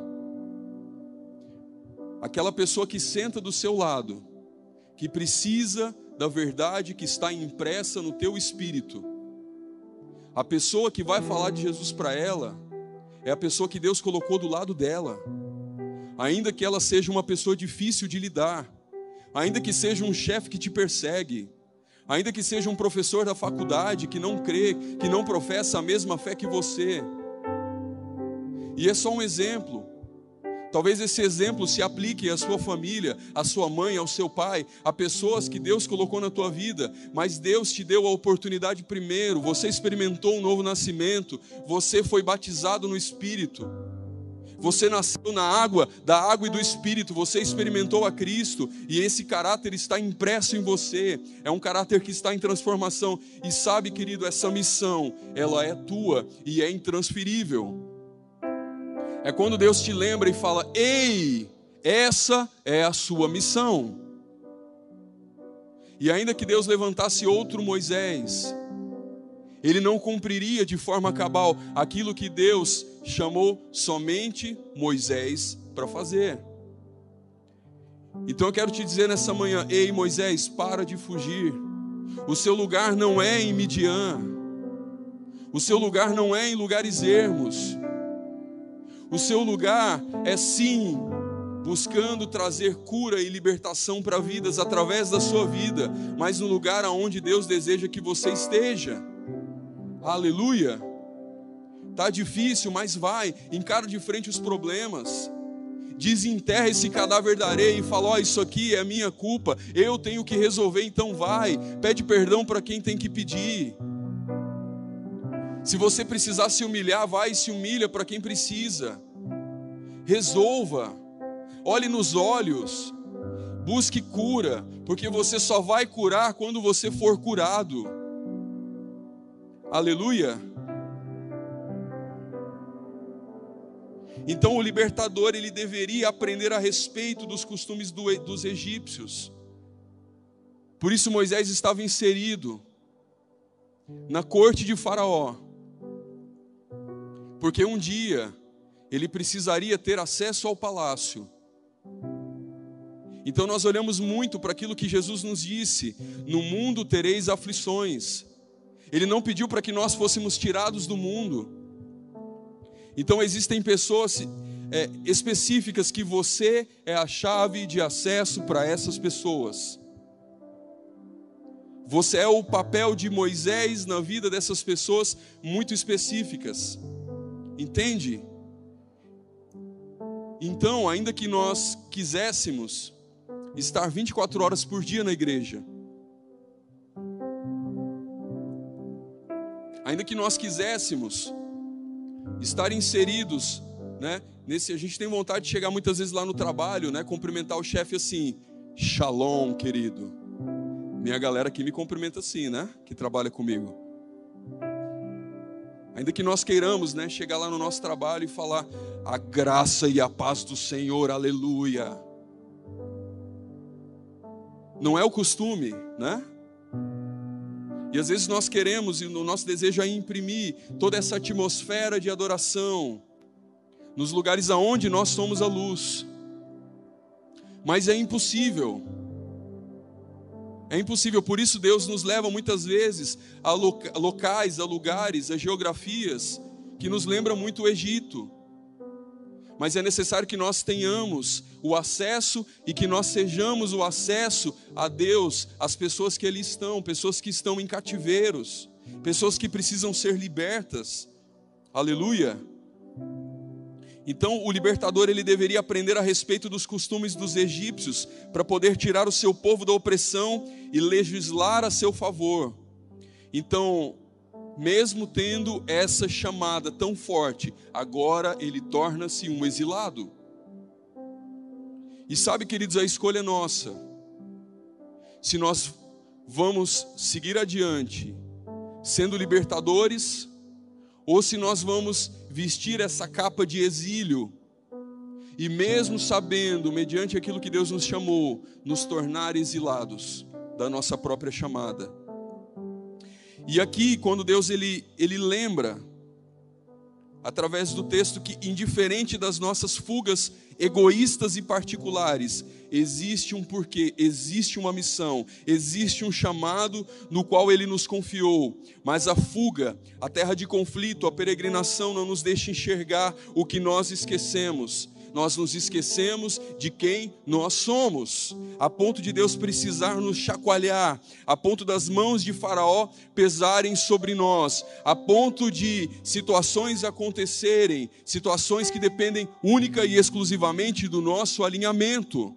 aquela pessoa que senta do seu lado, que precisa da verdade que está impressa no teu espírito. A pessoa que vai falar de Jesus para ela é a pessoa que Deus colocou do lado dela. Ainda que ela seja uma pessoa difícil de lidar, ainda que seja um chefe que te persegue, ainda que seja um professor da faculdade que não crê, que não professa a mesma fé que você. E é só um exemplo. Talvez esse exemplo se aplique à sua família, à sua mãe, ao seu pai, a pessoas que Deus colocou na tua vida, mas Deus te deu a oportunidade primeiro, você experimentou um novo nascimento, você foi batizado no Espírito, você nasceu na água, da água e do Espírito, você experimentou a Cristo, e esse caráter está impresso em você, é um caráter que está em transformação, e sabe, querido, essa missão, ela é tua e é intransferível. É quando Deus te lembra e fala: ei, essa é a sua missão. E ainda que Deus levantasse outro Moisés, ele não cumpriria de forma cabal aquilo que Deus chamou somente Moisés para fazer. Então eu quero te dizer nessa manhã: ei, Moisés, para de fugir. O seu lugar não é em Midian, o seu lugar não é em lugares ermos. O seu lugar é sim buscando trazer cura e libertação para vidas através da sua vida, mas no lugar aonde Deus deseja que você esteja. Aleluia. Tá difícil, mas vai, encara de frente os problemas. Desenterra esse cadáver da areia e fala: ó, isso aqui é a minha culpa, eu tenho que resolver, então vai. Pede perdão para quem tem que pedir. Se você precisar se humilhar, vai e se humilha para quem precisa. Resolva. Olhe nos olhos. Busque cura, porque você só vai curar quando você for curado. Aleluia. Então o libertador, ele deveria aprender a respeito dos costumes dos egípcios. Por isso Moisés estava inserido na corte de Faraó, porque um dia ele precisaria ter acesso ao palácio. Então nós olhamos muito para aquilo que Jesus nos disse: no mundo tereis aflições. Ele não pediu para que nós fôssemos tirados do mundo. Então existem pessoas específicas que você é a chave de acesso para essas pessoas. Você é o papel de Moisés na vida dessas pessoas muito específicas. Entende? Então, ainda que nós quiséssemos estar 24 horas por dia na igreja, ainda que nós quiséssemos estar inseridos, né, a gente tem vontade de chegar muitas vezes lá no trabalho, né, cumprimentar o chefe assim: shalom, querido. Minha galera aqui me cumprimenta assim, né, que trabalha comigo. Ainda que nós queiramos, né, chegar lá no nosso trabalho e falar: a graça e a paz do Senhor, aleluia. Não é o costume, né? E às vezes nós queremos, e o nosso desejo é imprimir toda essa atmosfera de adoração nos lugares aonde nós somos a luz. Mas é impossível. É impossível, por isso Deus nos leva muitas vezes a locais, a lugares, a geografias que nos lembram muito o Egito. Mas é necessário que nós tenhamos o acesso e que nós sejamos o acesso a Deus, às pessoas que ali estão, pessoas que estão em cativeiros, pessoas que precisam ser libertas. Aleluia. Então o libertador, ele deveria aprender a respeito dos costumes dos egípcios para poder tirar o seu povo da opressão e legislar a seu favor. Então, mesmo tendo essa chamada tão forte, agora ele torna-se um exilado. E sabe, queridos, a escolha é nossa. se nós vamos seguir adiante sendo libertadores, ou se nós vamos vestir essa capa de exílio e, mesmo sabendo, mediante aquilo que Deus nos chamou, nos tornar exilados da nossa própria chamada. E aqui, quando Deus ele lembra, através do texto, que indiferente das nossas fugas egoístas e particulares, existe um porquê, existe uma missão, existe um chamado no qual Ele nos confiou. Mas a fuga, a terra de conflito, a peregrinação não nos deixa enxergar o que nós esquecemos. Nós nos esquecemos de quem nós somos, a ponto de Deus precisar nos chacoalhar, a ponto das mãos de Faraó pesarem sobre nós, a ponto de situações acontecerem, situações que dependem única e exclusivamente do nosso alinhamento.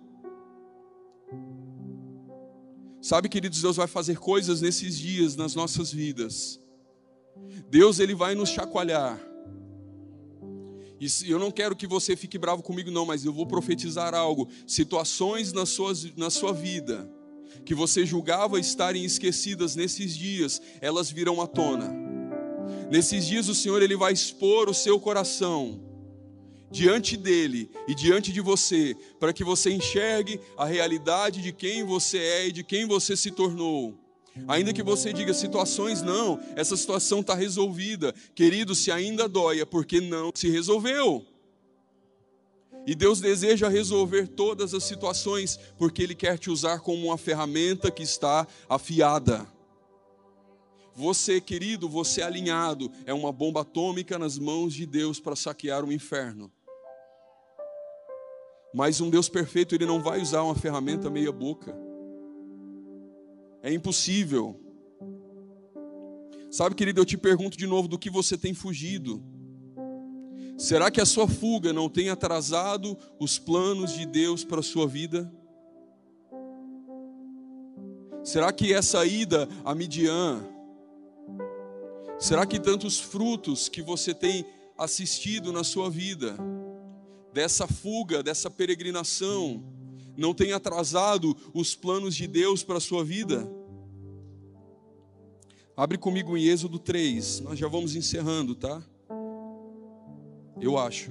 Sabe, queridos, Deus vai fazer coisas nesses dias nas nossas vidas. Deus, Ele vai nos chacoalhar. E eu não quero que você fique bravo comigo não, mas eu vou profetizar algo. Situações na sua vida que você julgava estarem esquecidas nesses dias, elas virão à tona. Nesses dias o Senhor Ele vai expor o seu coração diante dEle e diante de você, para que você enxergue a realidade de quem você é e de quem você se tornou. Ainda que você diga situações, não, essa situação está resolvida. Querido, se ainda dói, é porque não se resolveu. E Deus deseja resolver todas as situações, porque Ele quer te usar como uma ferramenta que está afiada. Você, querido, você alinhado, é uma bomba atômica nas mãos de Deus para saquear o inferno. Mas um Deus perfeito, Ele não vai usar uma ferramenta meia boca. É impossível. Sabe, querido, eu te pergunto de novo, do que você tem fugido? Será que a sua fuga não tem atrasado os planos de Deus para a sua vida? Será que essa ida a Midian, será que tantos frutos que você tem assistido na sua vida, dessa fuga, dessa peregrinação, não tem atrasado os planos de Deus para a sua vida? Abre comigo em Êxodo 3, nós já vamos encerrando, tá? Eu acho.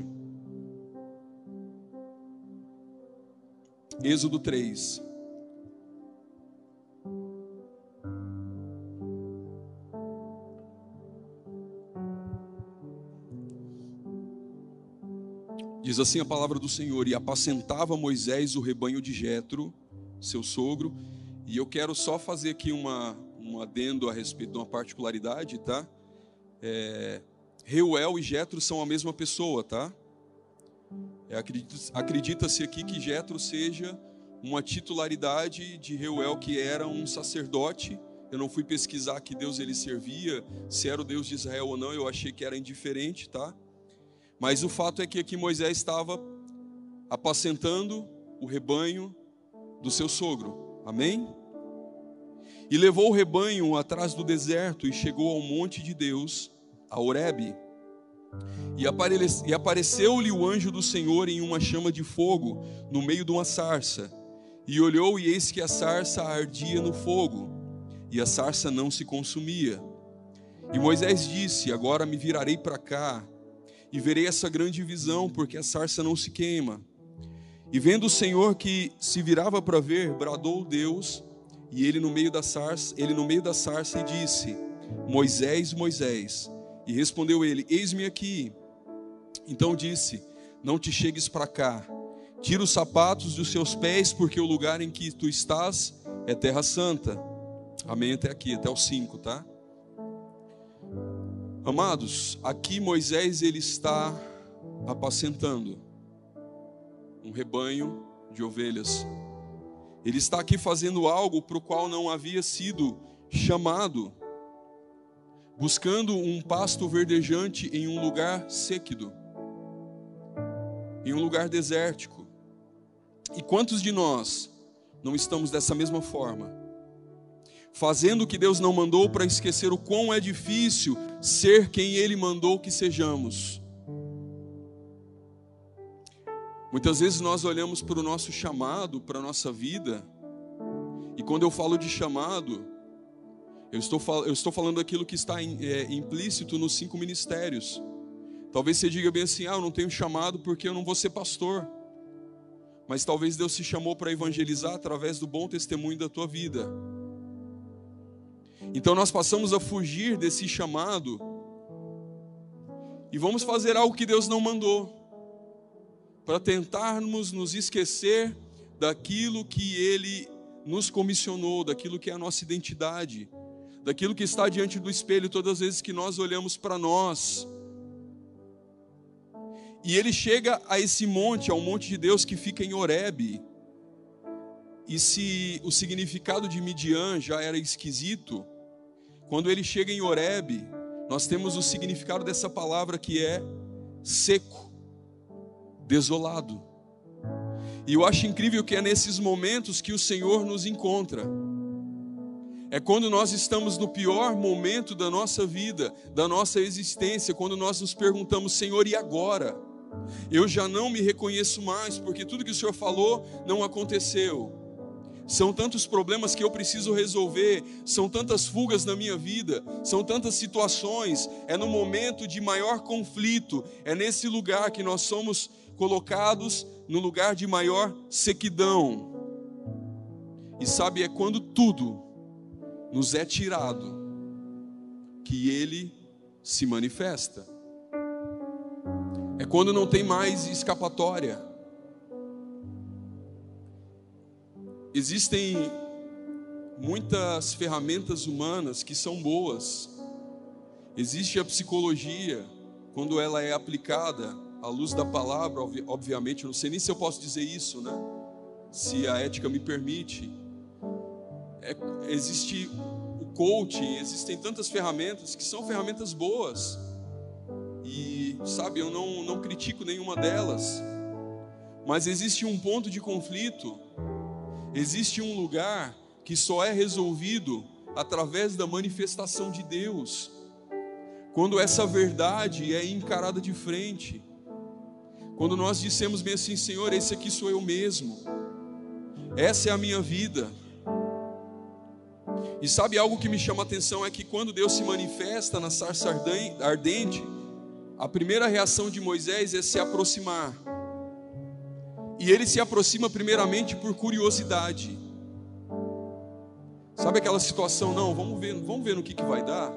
Êxodo 3. Diz assim a palavra do Senhor: e apacentava Moisés o rebanho de Jetro, seu sogro. E eu quero só fazer aqui um adendo a respeito de uma particularidade, tá? Reuel e Jetro são a mesma pessoa, tá? Acredita-se aqui que Jetro seja uma titularidade de Reuel, que era um sacerdote. Eu não fui pesquisar que Deus ele servia, se era o Deus de Israel ou não, eu achei que era indiferente, tá? Mas o fato é que aqui Moisés estava apacentando o rebanho do seu sogro. Amém? E levou o rebanho atrás do deserto e chegou ao monte de Deus, a Horebe. E apareceu-lhe o anjo do Senhor em uma chama de fogo no meio de uma sarça. E olhou, e eis que a sarça ardia no fogo, e a sarça não se consumia. E Moisés disse: agora me virarei para cá e verei essa grande visão, porque a sarça não se queima. E vendo o Senhor que se virava para ver, bradou Deus, e ele no meio da sarça e disse: Moisés, Moisés. E respondeu ele: eis-me aqui. Então disse: não te chegues para cá, tira os sapatos dos seus pés, porque o lugar em que tu estás é terra santa. Amém, até aqui, até o 5, tá? Amados, aqui Moisés ele está apacentando um rebanho de ovelhas. Ele está aqui fazendo algo para o qual não havia sido chamado, buscando um pasto verdejante em um lugar séquido, em um lugar desértico. E quantos de nós não estamos dessa mesma forma? Fazendo o que Deus não mandou para esquecer o quão é difícil ser quem Ele mandou que sejamos. Muitas vezes nós olhamos para o nosso chamado, para a nossa vida, E quando eu falo de chamado, eu estou falando daquilo que está implícito nos 5 ministérios. Talvez você diga bem assim: eu não tenho chamado porque eu não vou ser pastor. Mas talvez Deus te chamou para evangelizar através do bom testemunho da tua vida. Então nós passamos a fugir desse chamado e vamos fazer algo que Deus não mandou, para tentarmos nos esquecer daquilo que Ele nos comissionou, daquilo que é a nossa identidade, daquilo que está diante do espelho todas as vezes que nós olhamos para nós. E ele chega a esse monte, ao monte de Deus que fica em Horebe. E se o significado de Midian já era esquisito, quando ele chega em Horebe, nós temos o significado dessa palavra que é seco, desolado. E eu acho incrível que é nesses momentos que o Senhor nos encontra. É quando nós estamos no pior momento da nossa vida, da nossa existência, quando nós nos perguntamos: Senhor, e agora? Eu já não me reconheço mais, porque tudo que o Senhor falou não aconteceu. São tantos problemas que eu preciso resolver, são tantas fugas na minha vida, são tantas situações. É no momento de maior conflito, é nesse lugar que nós somos colocados, no lugar de maior sequidão. E sabe, é quando tudo nos é tirado que Ele se manifesta. É quando não tem mais escapatória. Existem muitas ferramentas humanas que são boas. Existe a psicologia, quando ela é aplicada à luz da palavra, obviamente, eu não sei nem se eu posso dizer isso, né? Se a ética me permite. Existe o coaching, existem tantas ferramentas que são ferramentas boas. E, sabe, eu não critico nenhuma delas. Mas existe um ponto de conflito, existe um lugar que só é resolvido através da manifestação de Deus. Quando essa verdade é encarada de frente. Quando nós dissemos bem assim: Senhor, esse aqui sou eu mesmo. Essa é a minha vida. E sabe, algo que me chama a atenção é que quando Deus se manifesta na sarça ardente, a primeira reação de Moisés é se aproximar. E ele se aproxima primeiramente por curiosidade. Sabe aquela situação? Não, vamos ver no que vai dar.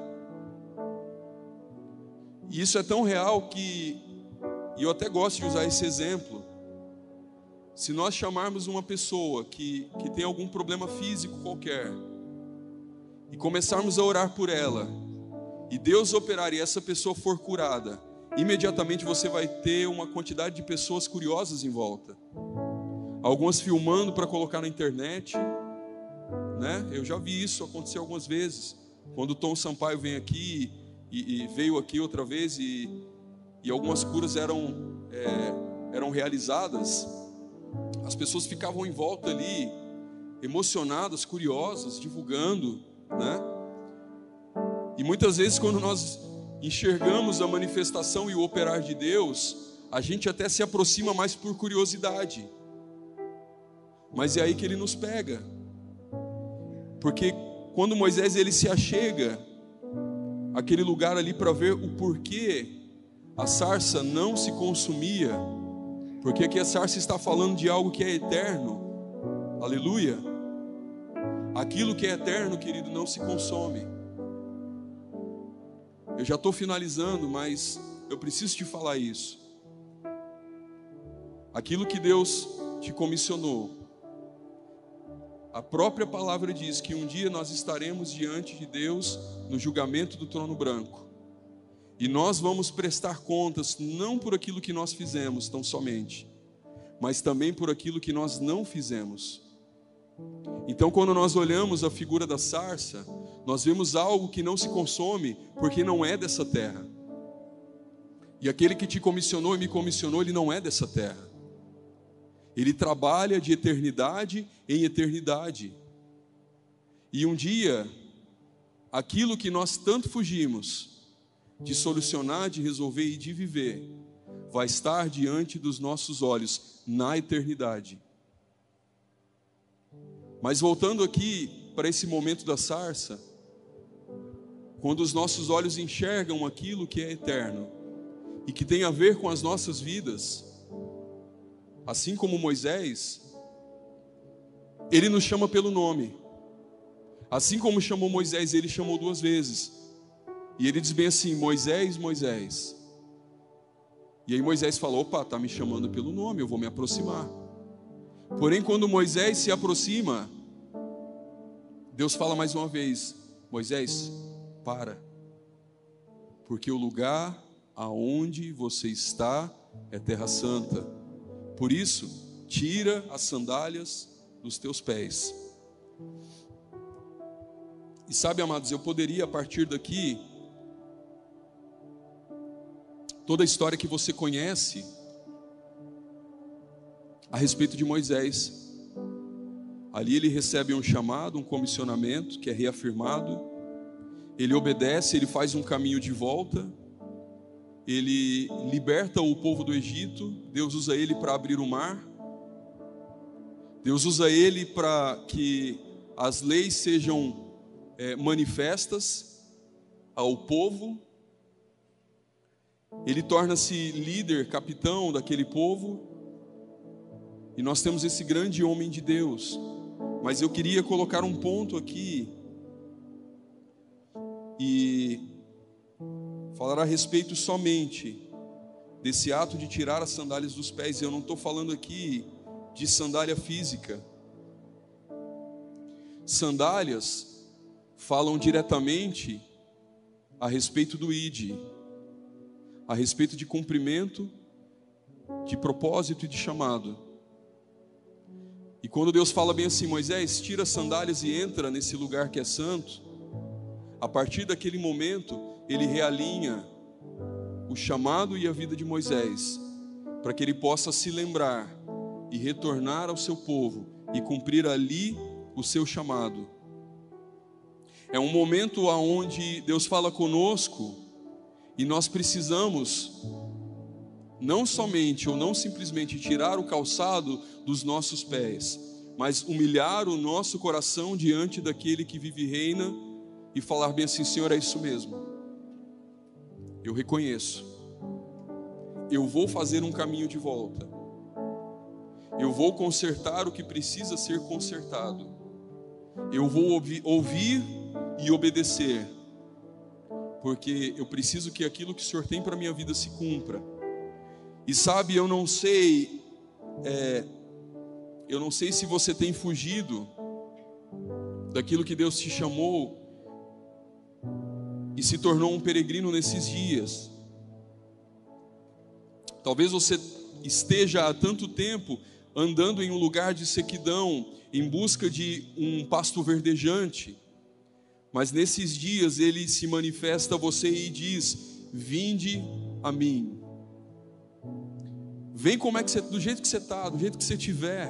E isso é tão real que, e eu até gosto de usar esse exemplo. Se nós chamarmos uma pessoa que tem algum problema físico qualquer, e começarmos a orar por ela, e Deus operar e essa pessoa for curada, imediatamente você vai ter uma quantidade de pessoas curiosas em volta. Algumas filmando para colocar na internet, né? Eu já vi isso acontecer algumas vezes. Quando o Tom Sampaio vem aqui e veio aqui outra vez e algumas curas eram realizadas, as pessoas ficavam em volta ali, emocionadas, curiosas, divulgando, né? E muitas vezes quando nós enxergamos a manifestação e o operar de Deus, a gente até se aproxima mais por curiosidade. Mas é aí que Ele nos pega. Porque quando Moisés ele se achega àquele lugar ali para ver o porquê a sarça não se consumia, porque aqui a sarça está falando de algo que é eterno. Aleluia. Aquilo que é eterno, querido, não se consome. Eu já estou finalizando, mas eu preciso te falar isso. Aquilo que Deus te comissionou, a própria palavra diz que um dia nós estaremos diante de Deus no julgamento do trono branco. E nós vamos prestar contas não por aquilo que nós fizemos tão somente, mas também por aquilo que nós não fizemos. Então, quando nós olhamos a figura da sarça, nós vemos algo que não se consome, porque não é dessa terra. E aquele que te comissionou e me comissionou, ele não é dessa terra. Ele trabalha de eternidade em eternidade. E um dia, aquilo que nós tanto fugimos de solucionar, de resolver e de viver, vai estar diante dos nossos olhos na eternidade. Mas voltando aqui para esse momento da sarça, quando os nossos olhos enxergam aquilo que é eterno e que tem a ver com as nossas vidas, assim como Moisés, ele nos chama pelo nome. Assim como chamou Moisés, ele chamou 2 vezes. E ele diz bem assim: Moisés, Moisés. E aí Moisés falou: opa, está me chamando pelo nome, eu vou me aproximar. Porém, quando Moisés se aproxima, Deus fala mais uma vez: Moisés, para, porque o lugar aonde você está é terra santa. Por isso, tira as sandálias dos teus pés. E sabe, amados, eu poderia a partir daqui, toda a história que você conhece a respeito de Moisés. Ali ele recebe um chamado, um comissionamento que é reafirmado. Ele obedece, ele faz um caminho de volta. Ele liberta o povo do Egito. Deus usa ele para abrir o mar. Deus usa ele para que as leis sejam manifestas ao povo. Ele torna-se líder, capitão daquele povo. E nós temos esse grande homem de Deus. Mas eu queria colocar um ponto aqui e falar a respeito somente desse ato de tirar as sandálias dos pés. Eu não estou falando aqui de sandália física. Sandálias falam diretamente a respeito do ID, a respeito de cumprimento, de propósito e de chamado. E quando Deus fala bem assim: Moisés, tira as sandálias e entra nesse lugar que é santo, a partir daquele momento ele realinha o chamado e a vida de Moisés, para que ele possa se lembrar e retornar ao seu povo e cumprir ali o seu chamado. É um momento onde Deus fala conosco e nós precisamos não somente ou não simplesmente tirar o calçado dos nossos pés, mas humilhar o nosso coração diante daquele que vive e reina e falar bem assim: Senhor, é isso mesmo, eu reconheço, eu vou fazer um caminho de volta, eu vou consertar o que precisa ser consertado, eu vou ouvir e obedecer, porque eu preciso que aquilo que o Senhor tem para a minha vida se cumpra. E sabe, eu não sei se você tem fugido daquilo que Deus te chamou e se tornou um peregrino nesses dias. Talvez você esteja há tanto tempo andando em um lugar de sequidão, em busca de um pasto verdejante, mas nesses dias Ele se manifesta a você e diz: vinde a mim. Vem como é que você, do jeito que você está, do jeito que você estiver,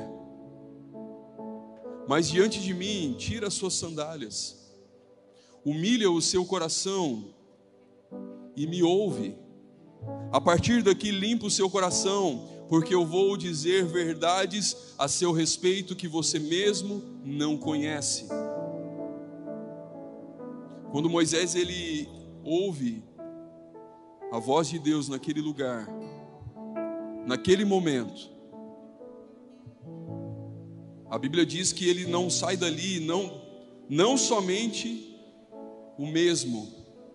mas diante de mim, tira as suas sandálias, humilha o seu coração e me ouve. A partir daqui, limpa o seu coração, porque eu vou dizer verdades a seu respeito que você mesmo não conhece. Quando Moisés ele ouve a voz de Deus naquele lugar, naquele momento, a Bíblia diz que ele não sai dali, não somente o mesmo,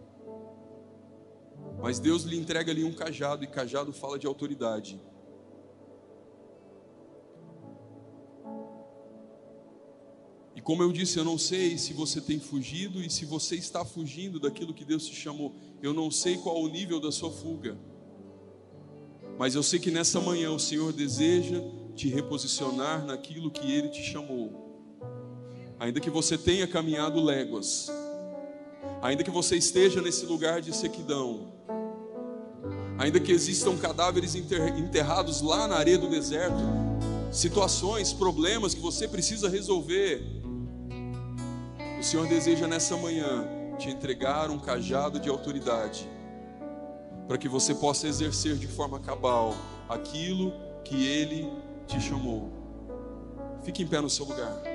mas Deus lhe entrega ali um cajado, e cajado fala de autoridade. E como eu disse, eu não sei se você tem fugido e se você está fugindo daquilo que Deus te chamou. Eu não sei qual o nível da sua fuga, mas eu sei que nessa manhã o Senhor deseja te reposicionar naquilo que Ele te chamou. Ainda que você tenha caminhado léguas, ainda que você esteja nesse lugar de sequidão, ainda que existam cadáveres enterrados lá na areia do deserto, situações, problemas que você precisa resolver, o Senhor deseja nessa manhã te entregar um cajado de autoridade, para que você possa exercer de forma cabal aquilo que Ele te chamou. Fique em pé no seu lugar.